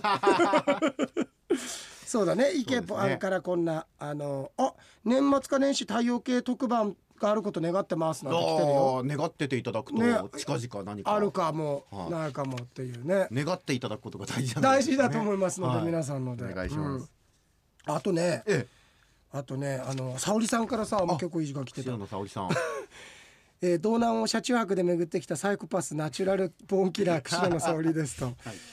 そうだね。イケポンからこんな年末か年始太陽系特番があること願ってますなんて来てるよ。 願ってていただくと近々何かあるかもないかもっていうね。 願っていただくことが大事大事だと思いますので皆さんのでお願いします。 あとね沙織さんからさ結構いい時間来てた。 塩野沙織さん道南を車中泊で巡ってきたサイコパスナチュラルボーンキラー串野沙織ですと、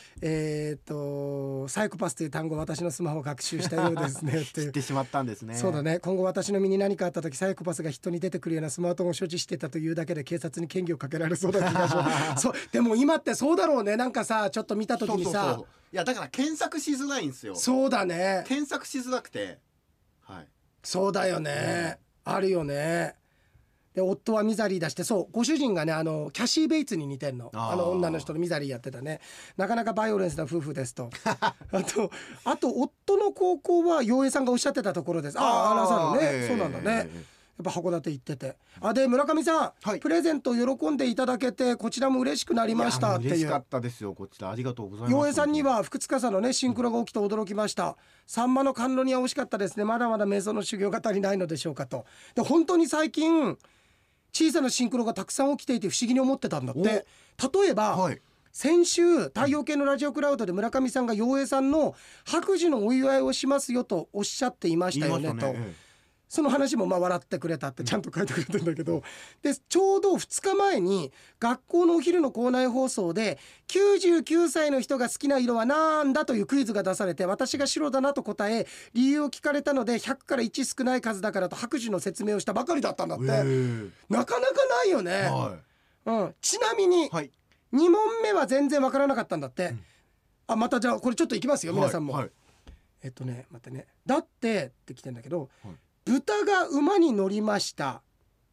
サイコパスという単語私のスマホを学習したようですねって知ってしまったんですね。 そうだね。今後私の身に何かあった時サイコパスが人に出てくるようなスマートフォンを所持してたというだけで警察に嫌疑をかけられそうだ気がしますそうでも今ってそうだろうね。なんかさちょっと見た時にさいやだから検索しづらいんですよ。 そうだね。 検索しづらくてそうだよね、あるよね。で夫はミザリー出してご主人がねキャシー・ベイツに似てんの。女の人のミザリーやってたね。なかなかバイオレンスな夫婦ですとあと夫の高校は陽平さんがおっしゃってたところです。アナウンサーのね、そうなんだね。やっぱ函館行っててで村上さん、プレゼント喜んでいただけてこちらも嬉しくなりましたっていう。 嬉しかったですよ。こちらありがとうございます。 陽平さんには福塚さんのねシンクロが起きて驚きました。サンマの甘露煮は美味しかったですね。まだまだ瞑想の修行が足りないのでしょうかと。で本当に最近小さなシンクロがたくさん起きていて不思議に思ってたんだって。例えば、先週太陽系のラジオクラウドで村上さんが陽平さんの白寿のお祝いをしますよとおっしゃっていましたよねと。その話も笑ってくれたってちゃんと書いてくれてるんだけど、でちょうど2日前に学校のお昼の校内放送で99歳の人が好きな色はなんだというクイズが出されて、私が白だなと答え理由を聞かれたので100から1少ない数だからと白寿の説明をしたばかりだったんだって。なかなかないよね、ちなみに2問目は全然わからなかったんだって、またじゃあこれちょっといきますよ皆さんも、待ってね。だってって来てんだけど、豚が馬に乗りました。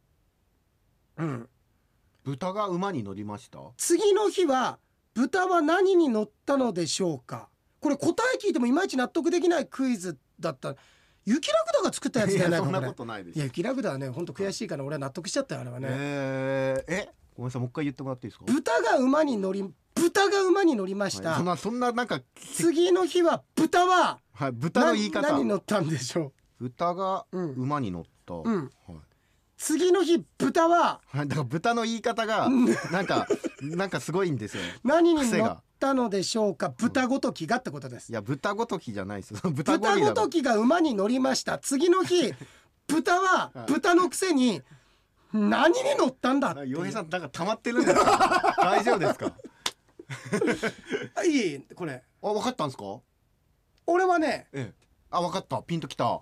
豚が馬に乗りました。 次の日は豚は何に乗ったのでしょうか。これ答え聞いてもいまいち納得できないクイズだった。雪ラクダが作ったやつだよね。 そんなことないです。 いや雪ラクダはね本当悔しいから俺は納得しちゃったよあれはね。 ごめんなさいもう一回言ってもらっていいですか。 豚が馬に乗りました、 そんななんか次の日は豚は、 豚の言い方何に乗ったんでしょう。 豚が馬に乗った、 次の日豚はだから豚の言い方がなんかすごいんですよ。 何に乗ったのでしょうか。豚ごときがってことです。 いや豚ごときじゃないですよ。 豚ごときが馬に乗りました。次の日豚は豚のくせに何に乗ったんだっていう。 洋平さんなんか溜まってるんですか大丈夫ですかいいこれ分かったんですか。 俺はね、 分かった。ピンときた。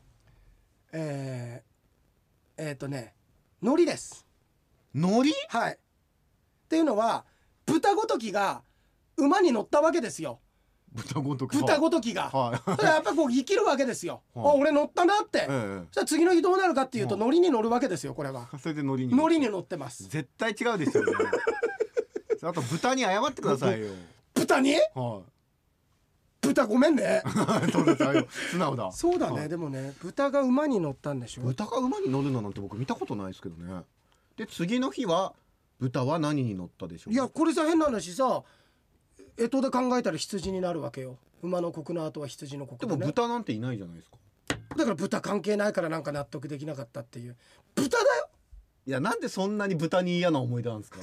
海苔です。 海苔？ はい。っていうのは豚ごときが馬に乗ったわけですよ。 豚ごときが、やっぱこう生きるわけですよ。俺乗ったなって、じゃあ次の日どうなるかっていうと、海苔に乗るわけですよこれは。 それで海苔に乗ってます。 絶対違うですよねあと豚に謝ってくださいよ。 豚に？豚ごめんねそうです素直だ。 そうだね、でもね豚が馬に乗ったんでしょ。 豚が馬に乗るのなんて僕見たことないですけどね。で次の日は豚は何に乗ったでしょう。 いやこれさ変な話さ、干支で考えたら羊になるわけよ。馬の国の後は羊の国でも豚なんていないじゃないですか。 だから豚関係ないからなんか納得できなかったっていう。豚だよ。 いやなんでそんなに豚に嫌な思い出なんですか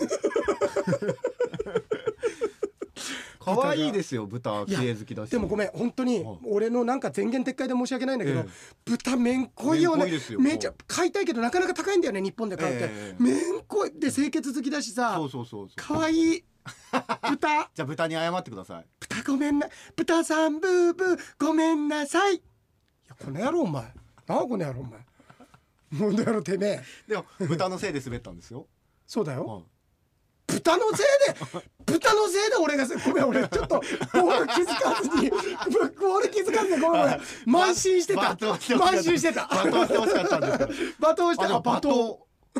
可愛いですよ豚、綺麗好きだし。 でもごめん本当に俺のなんか前言撤回で申し訳ないんだけど、豚めんこいよね。めちゃ買いたいけどなかなか高いんだよね日本で買うって、めんこいで清潔好きだしさ、可愛い豚じゃあ豚に謝ってください。 豚ごめんな、豚さんブーブーごめんなさい。いやこの野郎お前なあこの野郎お前もう野郎てめえ。 でも豚のせいで滑ったんですよそうだよ、 豚のせいで俺がごめん俺ちょっとボール気づかずにごめん慢心してた罵倒してほしかったんですけど罵倒して罵倒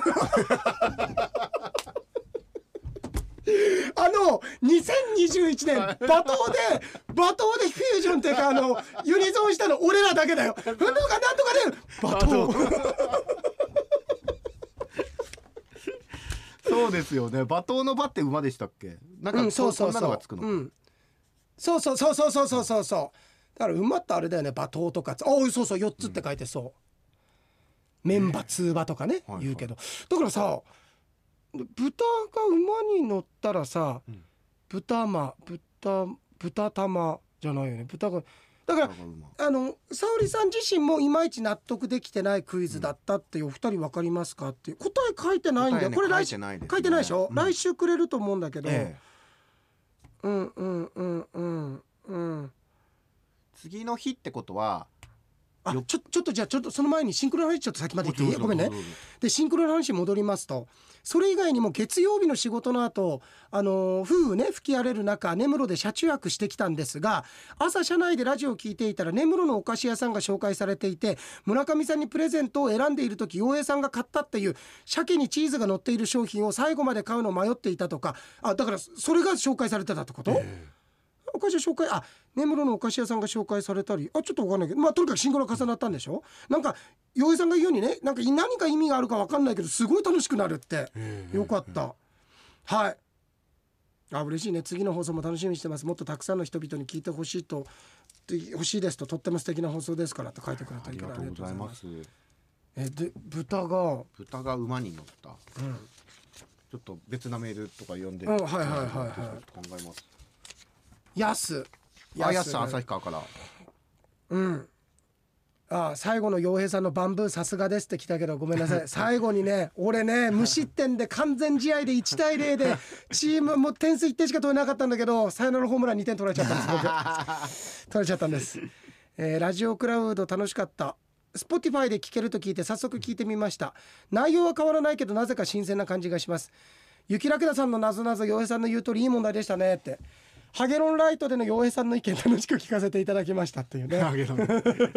2021年罵倒でフュージョンっていうかユニゾンしたの俺らだけだよ。なんとかで罵倒そうですよね。罵倒の罵って馬でしたっけ？なんかそんなのがつくの。 そうだから馬ってあれだよね。罵倒とかそう4つって書いてメンバ通馬とかね言うけど、だからさ豚が馬に乗ったらさ、豚玉じゃないよね。豚がだから沙織さん自身もいまいち納得できてないクイズだったっていうお二人分かりますかっていう答え書いてないんだよ、これ来週書いてないでしょ、来週くれると思うんだけど、 次の日ってことはちょっとその前にシンクロの話ちょっと先まで言っていい？ごめんね。でシンクロの話に戻りますと、それ以外にも月曜日の仕事の後夫婦ね吹き荒れる中根室で車中泊してきたんですが、朝車内でラジオを聞いていたら根室のお菓子屋さんが紹介されていて、村上さんにプレゼントを選んでいる時陽平さんが買ったっていう鮭にチーズが乗っている商品を最後まで買うのを迷っていたとか、だからそれが紹介されてたってこと？お菓子紹介根室のお菓子屋さんが紹介されたりちょっと分かんないけど、とにかくシンクロ重なったんでしょ。なんか陽平さんが言うようにね、なんか何か意味があるか分かんないけどすごい楽しくなるって。よかった。はい嬉しいね。次の放送も楽しみにしてます。もっとたくさんの人々に聞いてほしいですと、とっても素敵な放送ですからと書いてくれたりから、 ありがとうございます。 で豚が馬に乗った、ちょっと別なメールとか読んで考えます。やす旭川から最後の陽平さんのバンブーさすがですって来たけどごめんなさい最後にね俺ね無失点で完全試合で1対0でチームもう点数1点しか取れなかったんだけど、サヨナラホームラン2点取られちゃったんです取れちゃったんです。ラジオクラウド楽しかった。Spotify で聞けると聞いて早速聞いてみました。内容は変わらないけどなぜか新鮮な感じがします。雪らくださんのなぞなぞ陽平さんの言う通りいい問題でしたねって。ハゲロンライトでの陽平さんの意見楽しく聞かせていただきましたっていうね。ハゲロン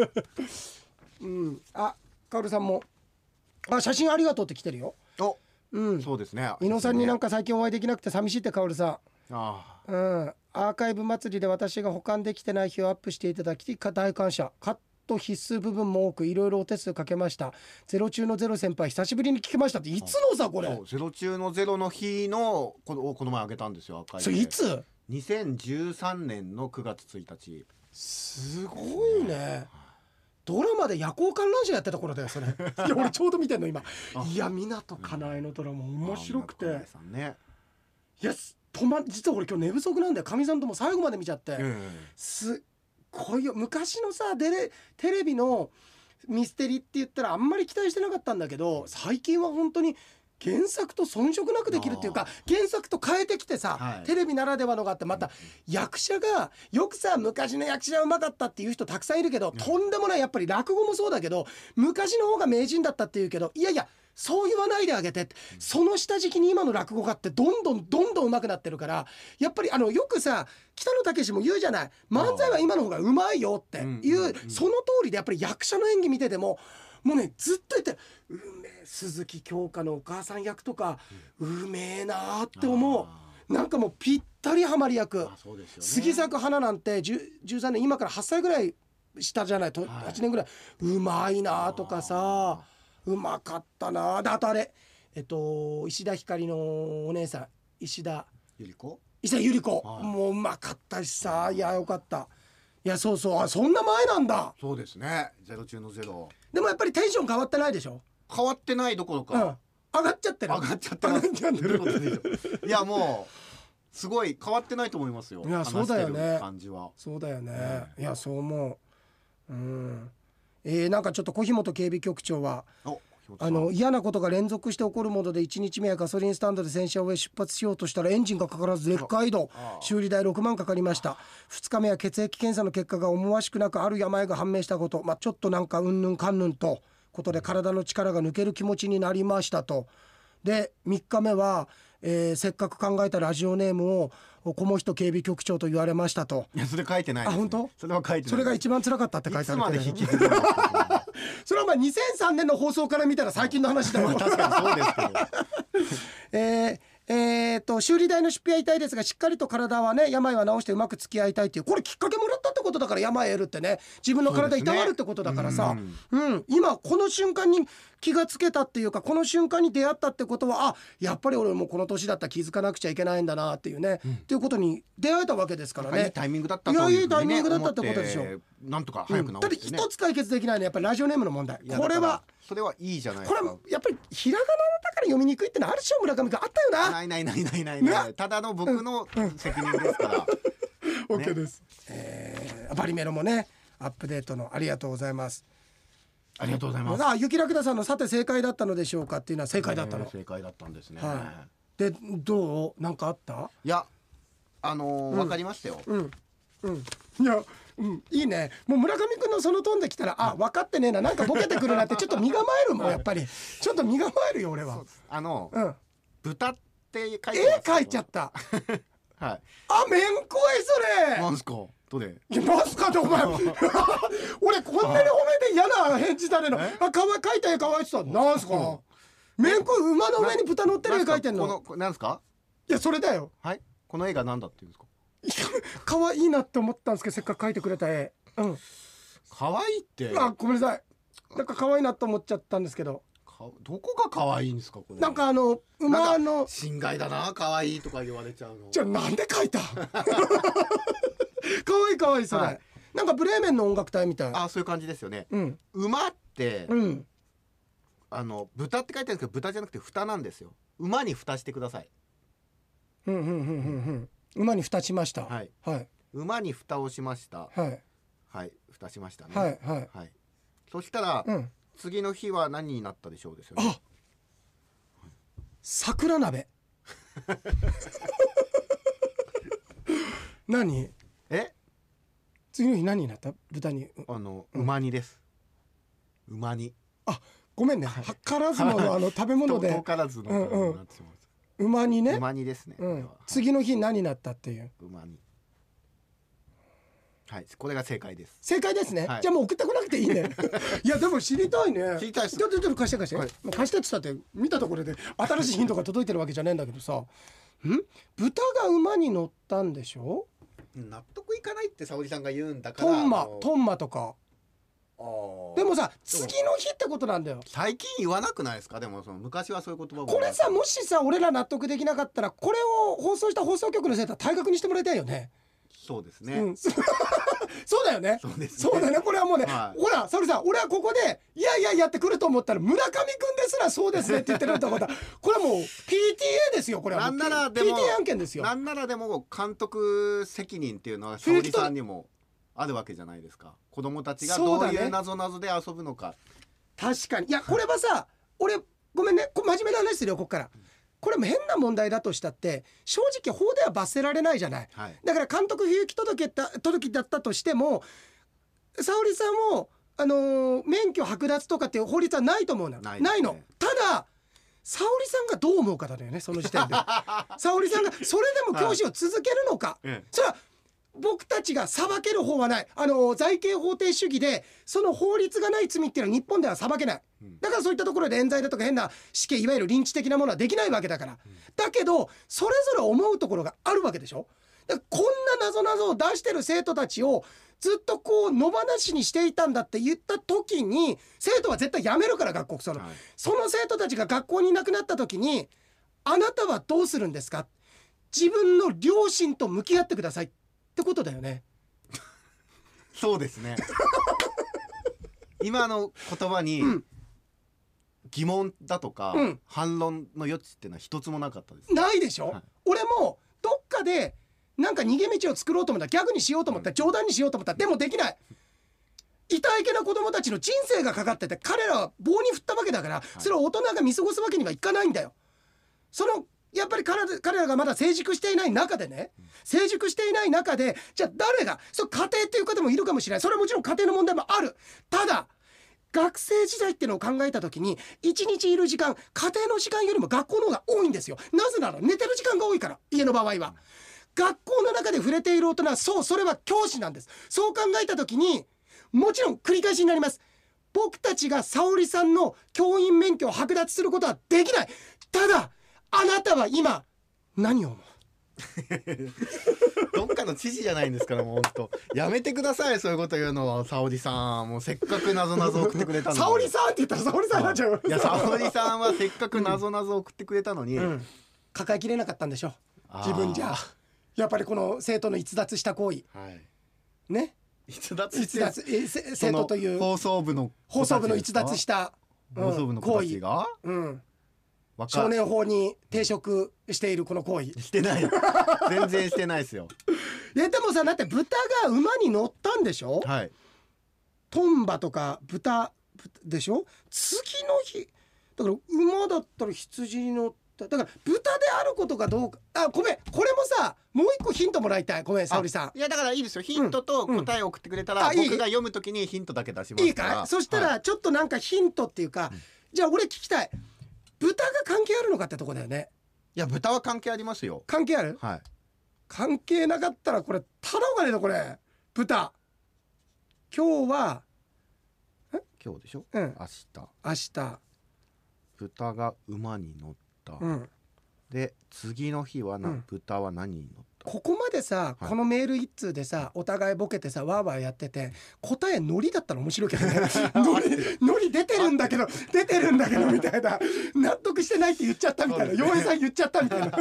カオルさんも写真ありがとうって来てるよ。 そうですね。 伊野さんになんか最近お会いできなくて寂しいってカオルさん。アーカイブ祭りで私が保管できてない日をアップしていただき大感謝。カット必須部分も多くいろいろお手数かけました。ゼロ中のゼロ先輩久しぶりに聞きましたって。いつのさこれ。 ゼロ中のゼロの日のこの前あげたんですよ。アーカイブで。 それいつ ？2013年の9月1日。 すごいね。ドラマで夜行観覧車やってた頃だよそれ。いや俺ちょうど見てんの今。いや湊かなえのドラマ面白くて、いや実は俺今日寝不足なんだよ。かみさんとも最後まで見ちゃって、すっごいよ。昔のさテレビのミステリーって言ったらあんまり期待してなかったんだけど、最近は本当に原作と遜色なくできるっていうか、原作と変えてきてさ、テレビならではのがあって、また役者がよくさ昔の役者はうまかったっていう人たくさんいるけど、とんでもない。やっぱり落語もそうだけど昔の方が名人だったっていうけど、いやいやそう言わないであげて、その下敷きに今の落語家ってどんどん上手くなってるから、やっぱりよくさ北野武も言うじゃない、漫才は今の方がうまいよっていう、その通りでやっぱり役者の演技見ててももうねずっと言って鈴木京香のお母さん役とかうめえなって思う。なんかもうぴったりハマり役。杉咲花なんて13年今から8歳ぐらい下じゃないと8年ぐらいうまいなとかさ、うまかったな。であとあれ石田ひかりのお姉さん石田ゆり子もううまかったしさ。いやよかった。いやそうそんな前なんだ。 そうですね。ゼロ中のゼロ。 でもやっぱりテンション変わってないでしょ。 変わってないどころか、 上がっちゃってる。 いやもうすごい変わってないと思いますよ。 いやそうだよね。 感じはそうだよね。いやそう思う。なんかちょっと小日本警備局長は嫌なことが連続して起こるもので、1日目はガソリンスタンドで洗車を終え出発しようとしたらエンジンがかからずレッカー移動、修理代6万かかりました。2日目は血液検査の結果が思わしくなくある病が判明したこと、ちょっとなんかうんぬんかんぬんとことで体の力が抜ける気持ちになりましたと。で3日目は、 せっかく考えたラジオネームを菰人警備局長と言われましたと。 いやそれ書いてないです、ね、 あ本当？ それは書いてない。 それが一番辛かったって書いてあるけど。 いつまで引きずるのそれはまあ2003年の放送から見たら最近の話だわ。 確かにそうですけど修理代の出費は痛いですがしっかりと体はね病は治してうまく付き合いたいっていう、これきっかけもらったってことだから、病得るってね自分の体いたわるってことだからさ、今この瞬間に気がつけたっていうか、この瞬間に出会ったってことは、あやっぱり俺もこの年だったら気づかなくちゃいけないんだなっていうね、っていうことに出会えたわけですからね。 いいタイミングだったというふうにね、 いいタイミングだったってことでしょ。 なんとか早く治してね、 だって一つ解決できないのはやっぱりラジオネームの問題。これはそれはいいじゃないですこか。 れやっぱりひらがなだから読みにくいってのはあるでしょ。村上君あったよな。 ないただの僕の責任ですから、 OK です、バリメロもねアップデートのありがとうございます。 ありがとうございます。 雪らくださんのさて正解だったのでしょうかっていうのは正解だったの、 正解だったんですね、 でどうなんかあった？ いやわかりましたよ。 いやいいね。もう村上くんのそのトーンできたら、あ分かってねえな、なんかボケてくるなってちょっと身構えるもんやっぱりちょっと身構えるよ俺は。 豚って書いてます。 絵描いちゃったはい。 あめんこいそれ。 なんすかどれ？ いやなんすかってお前俺こんなに褒めて嫌な返事だねの。描いた絵かわいそう。なんすかめんこい、馬の上に豚乗ってる絵描いてんの。 なんすか？いやそれだよ。 はい。この絵がなんだっていうんですか？ 可愛いなって思ったんですけど、せっかく描いてくれた絵。 可愛いって。 ごめんなさい。なんか可愛いなと思っちゃったんですけど。 どこが可愛いんですかこれ？ なんか馬の心外だな、可愛いとか言われちゃうの。 じゃあなんで描いた？可愛いそれ。なんかブレーメンの音楽隊みたい。 あ、そういう感じですよね。馬って豚って書いてあるんですけど、豚じゃなくて蓋なんですよ。馬に蓋してください。 馬に蓋しました。 はい。馬に蓋をしました。はい。蓋しましたね。はい。そしたら次の日は何になったでしょうですよね。 桜鍋。何？次の日何になった？豚に馬煮です。馬煮。 あ、ごめんね。からずの食べ物で。 遠からずのなってしまう。 馬煮ね。 馬煮ですね。 次の日何になったっていう。 馬煮。はい、これが正解です。 正解ですね。じゃあもう送ってこなくていいね。いやでも知りたいね。 知りたいです。 ちょっと貸して貸してって言ったって見たところで新しいヒントが届いてるわけじゃないんだけどさ。豚が馬に乗ったんでしょ？ 納得いかないって沙織さんが言うんだから。 トンマとか。でもさ次の日ってことなんだよ。 最近言わなくないですか？でも昔はそういう言葉も。 これさもしさ俺ら納得できなかったらこれを放送した放送局の生徒は退学にしてもらいたいよね。 そうですね。 そうだよね。そうだよね。これはもうね、ほら沙織さん、俺はここでいややってくると思ったら村上くんですらそうですねって言ってると思ったらこれはもう PTA ですよ。これはなんならでも PTA 案件ですよ。 なんならでも監督責任っていうのは沙織さんにもあるわけじゃないですか。子供たちがどういう謎で遊ぶのか。 確かに。いやこれはさ、俺ごめんね、真面目な話するよこっから。これも変な問題だとしたって正直法では罰せられないじゃない、だから監督不行き届きだったとしても沙織さんも免許剥奪とかっていう法律はないと思うの。ないの。ただ沙織さんがどう思うかだよね、その時点で。沙織さんがそれでも教師を続けるのか、それは僕たちが裁ける方はない。罪刑法定主義でその法律がない罪っていうのは日本では裁けない。だからそういったところで冤罪だとか変な死刑、いわゆるリンチ的なものはできないわけだから。だけどそれぞれ思うところがあるわけでしょ。だからこんな謎を出してる生徒たちをずっとこう野放しにしていたんだって言った時に生徒は絶対辞めるから、学校その生徒たちが学校にいなくなった時にあなたはどうするんですか。自分の両親と向き合ってくださいってことだよね。 そうですね。今の言葉に疑問だとか反論の余地っていうのは一つもなかったです。 ないでしょ、俺もどっかでなんか逃げ道を作ろうと思ったら、ギャグにしようと思ったら、冗談にしようと思ったら、でもできない。痛いけな子供たちの人生がかかってて彼らは棒に振ったわけだから、それを大人が見過ごすわけにはいかないんだよ。やっぱり彼らがまだ成熟していない中でね、じゃあ誰が家庭っていう方もいるかもしれない。それはもちろん家庭の問題もある。ただ学生時代っていうのを考えた時に一日いる時間、家庭の時間よりも学校の方が多いんですよ。なぜなら寝てる時間が多いから。家の場合は学校の中で触れている大人は、そう、それは教師なんです。そう考えた時に、もちろん繰り返しになります。僕たちが沙織さんの教員免許を剥奪することはできない。ただあなたは今何を思う？ どっかの知事じゃないんですから、もう本当やめてください、そういうこと言うのは。沙織さん、もうせっかく謎々送ってくれたのに。 沙織さんって言ったら沙織さんになっちゃう。 いや、沙織さんはせっかく謎々送ってくれたのに、 抱えきれなかったんでしょ、自分じゃ。やっぱりこの生徒の逸脱した行為、ね、逸脱生徒という放送部の逸脱した放送部の子たちが、 少年法に抵触しているこの行為。 してない、全然してないですよ。 でもさ、だって豚が馬に乗ったんでしょ。 はい。 トンバとか豚でしょ。次の日だから馬だったら羊に乗った。だから豚であることかどうか。ごめん、これもさ、もう一個ヒントもらいたい。ごめん、沙織さん。 いや、だからいいですよ、ヒントと答えを送ってくれたら、僕が読むときにヒントだけ出しますから。いいかい。 そしたらちょっとなんかヒントっていうか、じゃあ俺聞きたい、豚が関係あるのかってとこだよね。 いや、豚は関係ありますよ。 関係ある？ はい。 関係なかったらこれ頼むがねえの、これ。豚今日は今日でしょ、 明日豚が馬に乗った、で次の日は豚は何に乗った。 ここまでさ、このメール一通でさ、お互いボケてさ、ワーワーやってて、答えノリだったら面白いけどね。ノリ出てるんだけどみたいな、納得してないって言っちゃったみたいな、洋平さん言っちゃったみたいな。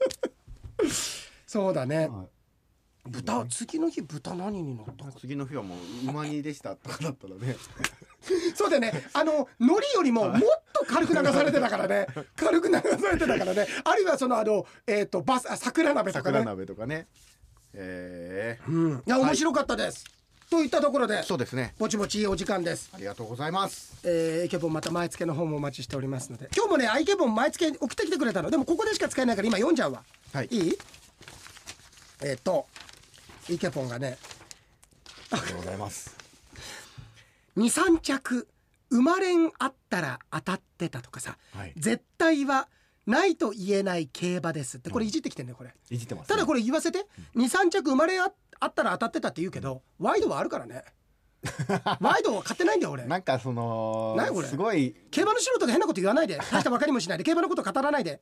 そうだね。豚、次の日豚何に乗った？ 次の日はもう馬にでしたとかだったらね。 そうだよね。ノリよりももっと軽く流されてたからね。あるいはその桜鍋とかね。 桜鍋とかね。 いや、面白かったです。といったところで、 そうですね。 ぼちぼちいいお時間です。 ありがとうございます。 イケボンまた前付けの方もお待ちしておりますので、今日もね、イケボン前付け送ってきてくれたの。でもここでしか使えないから今読んじゃうわ。 はい。 いい？イケポンがね、 ありがとうございます。 2、3着生まれんあったら当たってたとかさ、絶対はないと言えない競馬ですって、これいじってきてんね、これ。 いじってますね。 ただこれ言わせて、2、3着生まれあったら当たってたって言うけど、ワイドはあるからね。ワイドは買ってないんだよ俺。 なんかそのすごい競馬の素人が変なこと言わないで、大したばかりもしないで、競馬のこと語らないで。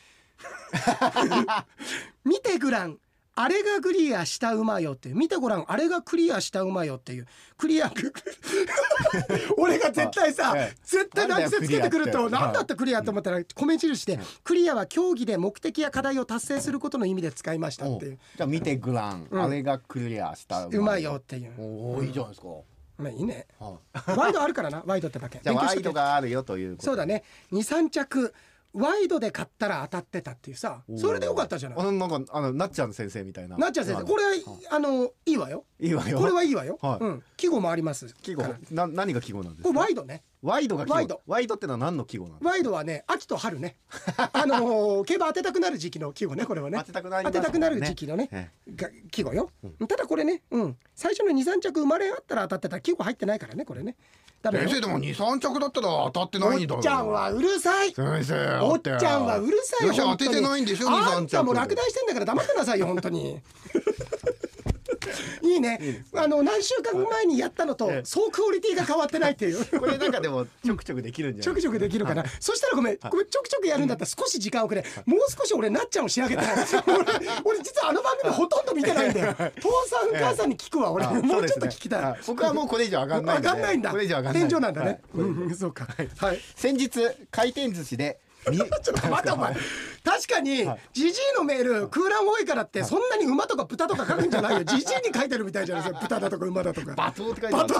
見てごらん、あれがクリアした馬よっていう、見てごらん、あれがクリアした馬よっていう、クリア俺が絶対さ、絶対難癖つけてくると、なんだってクリアと思ったら米印で、クリアは競技で目的や課題を達成することの意味で使いましたっていう。 じゃあ見てごらん、あれがクリアした馬よっていう。 おお、いいじゃないですか。 まあいいね。ワイドあるからな、ワイドってだけ。 じゃあワイドがあるよということ。 そうだね。2、3着ワイドで買ったら当たってたっていうさ、それでよかったじゃない。 なんかなっちゃん先生みたいな。 なっちゃん先生、これいいわよ。 いいわよ。 これはいいわよ。季語もあります。 季語何が季語なんですか。 これワイドね。 ワイドが季語。ワイドってのは何の季語なんですか。 ワイドはね、秋と春ね。競馬当てたくなる時期の季語ね、これはね。当てたくなる時期のね季語よ。ただこれね、最初の2、3着生まれあったら当たってた季語入ってないからね、これね。 先生でも2、3着だったら当たってないんだろう。 おっちゃんはうるさい。 先生、 おっちゃんはうるさい。 よし、当ててないんでしょ。2、3着。 あんたも落第してんだから黙ってなさいよ本当に。いいね。何週間前にやったのと総クオリティが変わってないっていう。 これなんかでもちょくちょくできるんじゃない。 ちょくちょくできるかな。そしたらごめん、ちょくちょくやるんだったら少し時間をくれ。もう少し俺なっちゃんを仕上げたい。俺実は番組ほとんど見てないんだよ。父さん母さんに聞くわ俺。もうちょっと聞きたい。 僕はもうこれ以上上がんないんで。 上がんないんだ。 これ以上上がんない。 天井なんだね。そうか。はい。 先日回転寿司でちょっと待ってお前、確かにジジイのメール空欄多いからってそんなに馬とか豚とか書くんじゃないよ。ジジイに書いてるみたいじゃないですか。豚だとか馬だとか。 バトーって書いてある。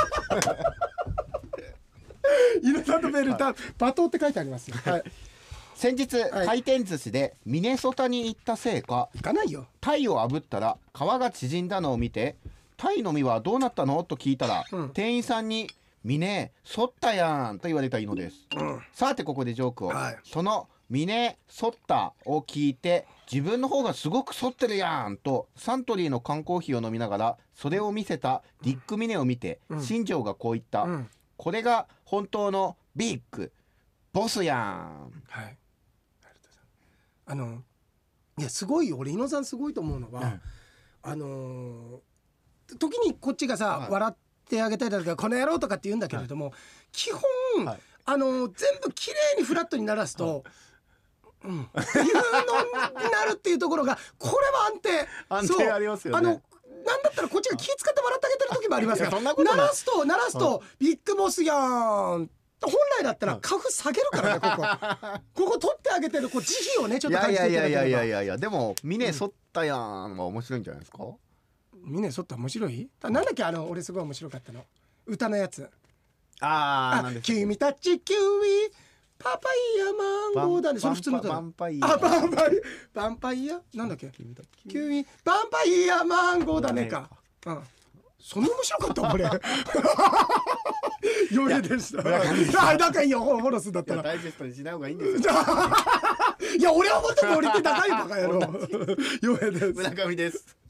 稲田のメールバトーって書いてありますよ。 先日回転寿司でミネソタに行ったせいか、 行かないよ。 タイを炙ったら皮が縮んだのを見て、タイの身はどうなったのと聞いたら、店員さんにミネ反ったやんと言われたいのです。さてここでジョークを。そのミネ反ったを聞いて、自分の方がすごく反ってるやんとサントリーの缶コーヒーを飲みながらそれを見せたディック・ミネを見て、新庄がこう言った。 これが本当のビッグボスやん。 はい。いやすごいよ。俺伊野さんすごいと思うのは、時にこっちがさ、笑ってあげたりだとかこの野郎とかって言うんだけれども、基本、全部綺麗にフラットにならすと、っていうのになるっていうところが、これは安定ありますよね。 なんだったらこっちが気使って笑ってあげてる時もありますから鳴らすとビッグボスやん。本来だったらカフ下げるからね、ここ取ってあげてる慈悲をねちょっと感じていただければ。 いやでも峰剃ったやんは面白いんじゃないですか。 峰剃った面白い。なんだっけ俺すごい面白かったの歌のやつ。君たちキウイパパイヤマンゴーだね。それ普通の歌だ。バンパイヤなんだっけ。キウイバンパイヤマンゴーだねか。そんな面白かった俺。余裕でした。仲いいよフォロスだったら。 ダイジェストにしない方がいいんですよ。 いや俺はもっとクオリティ高いバカ野郎。余裕です。 村上です。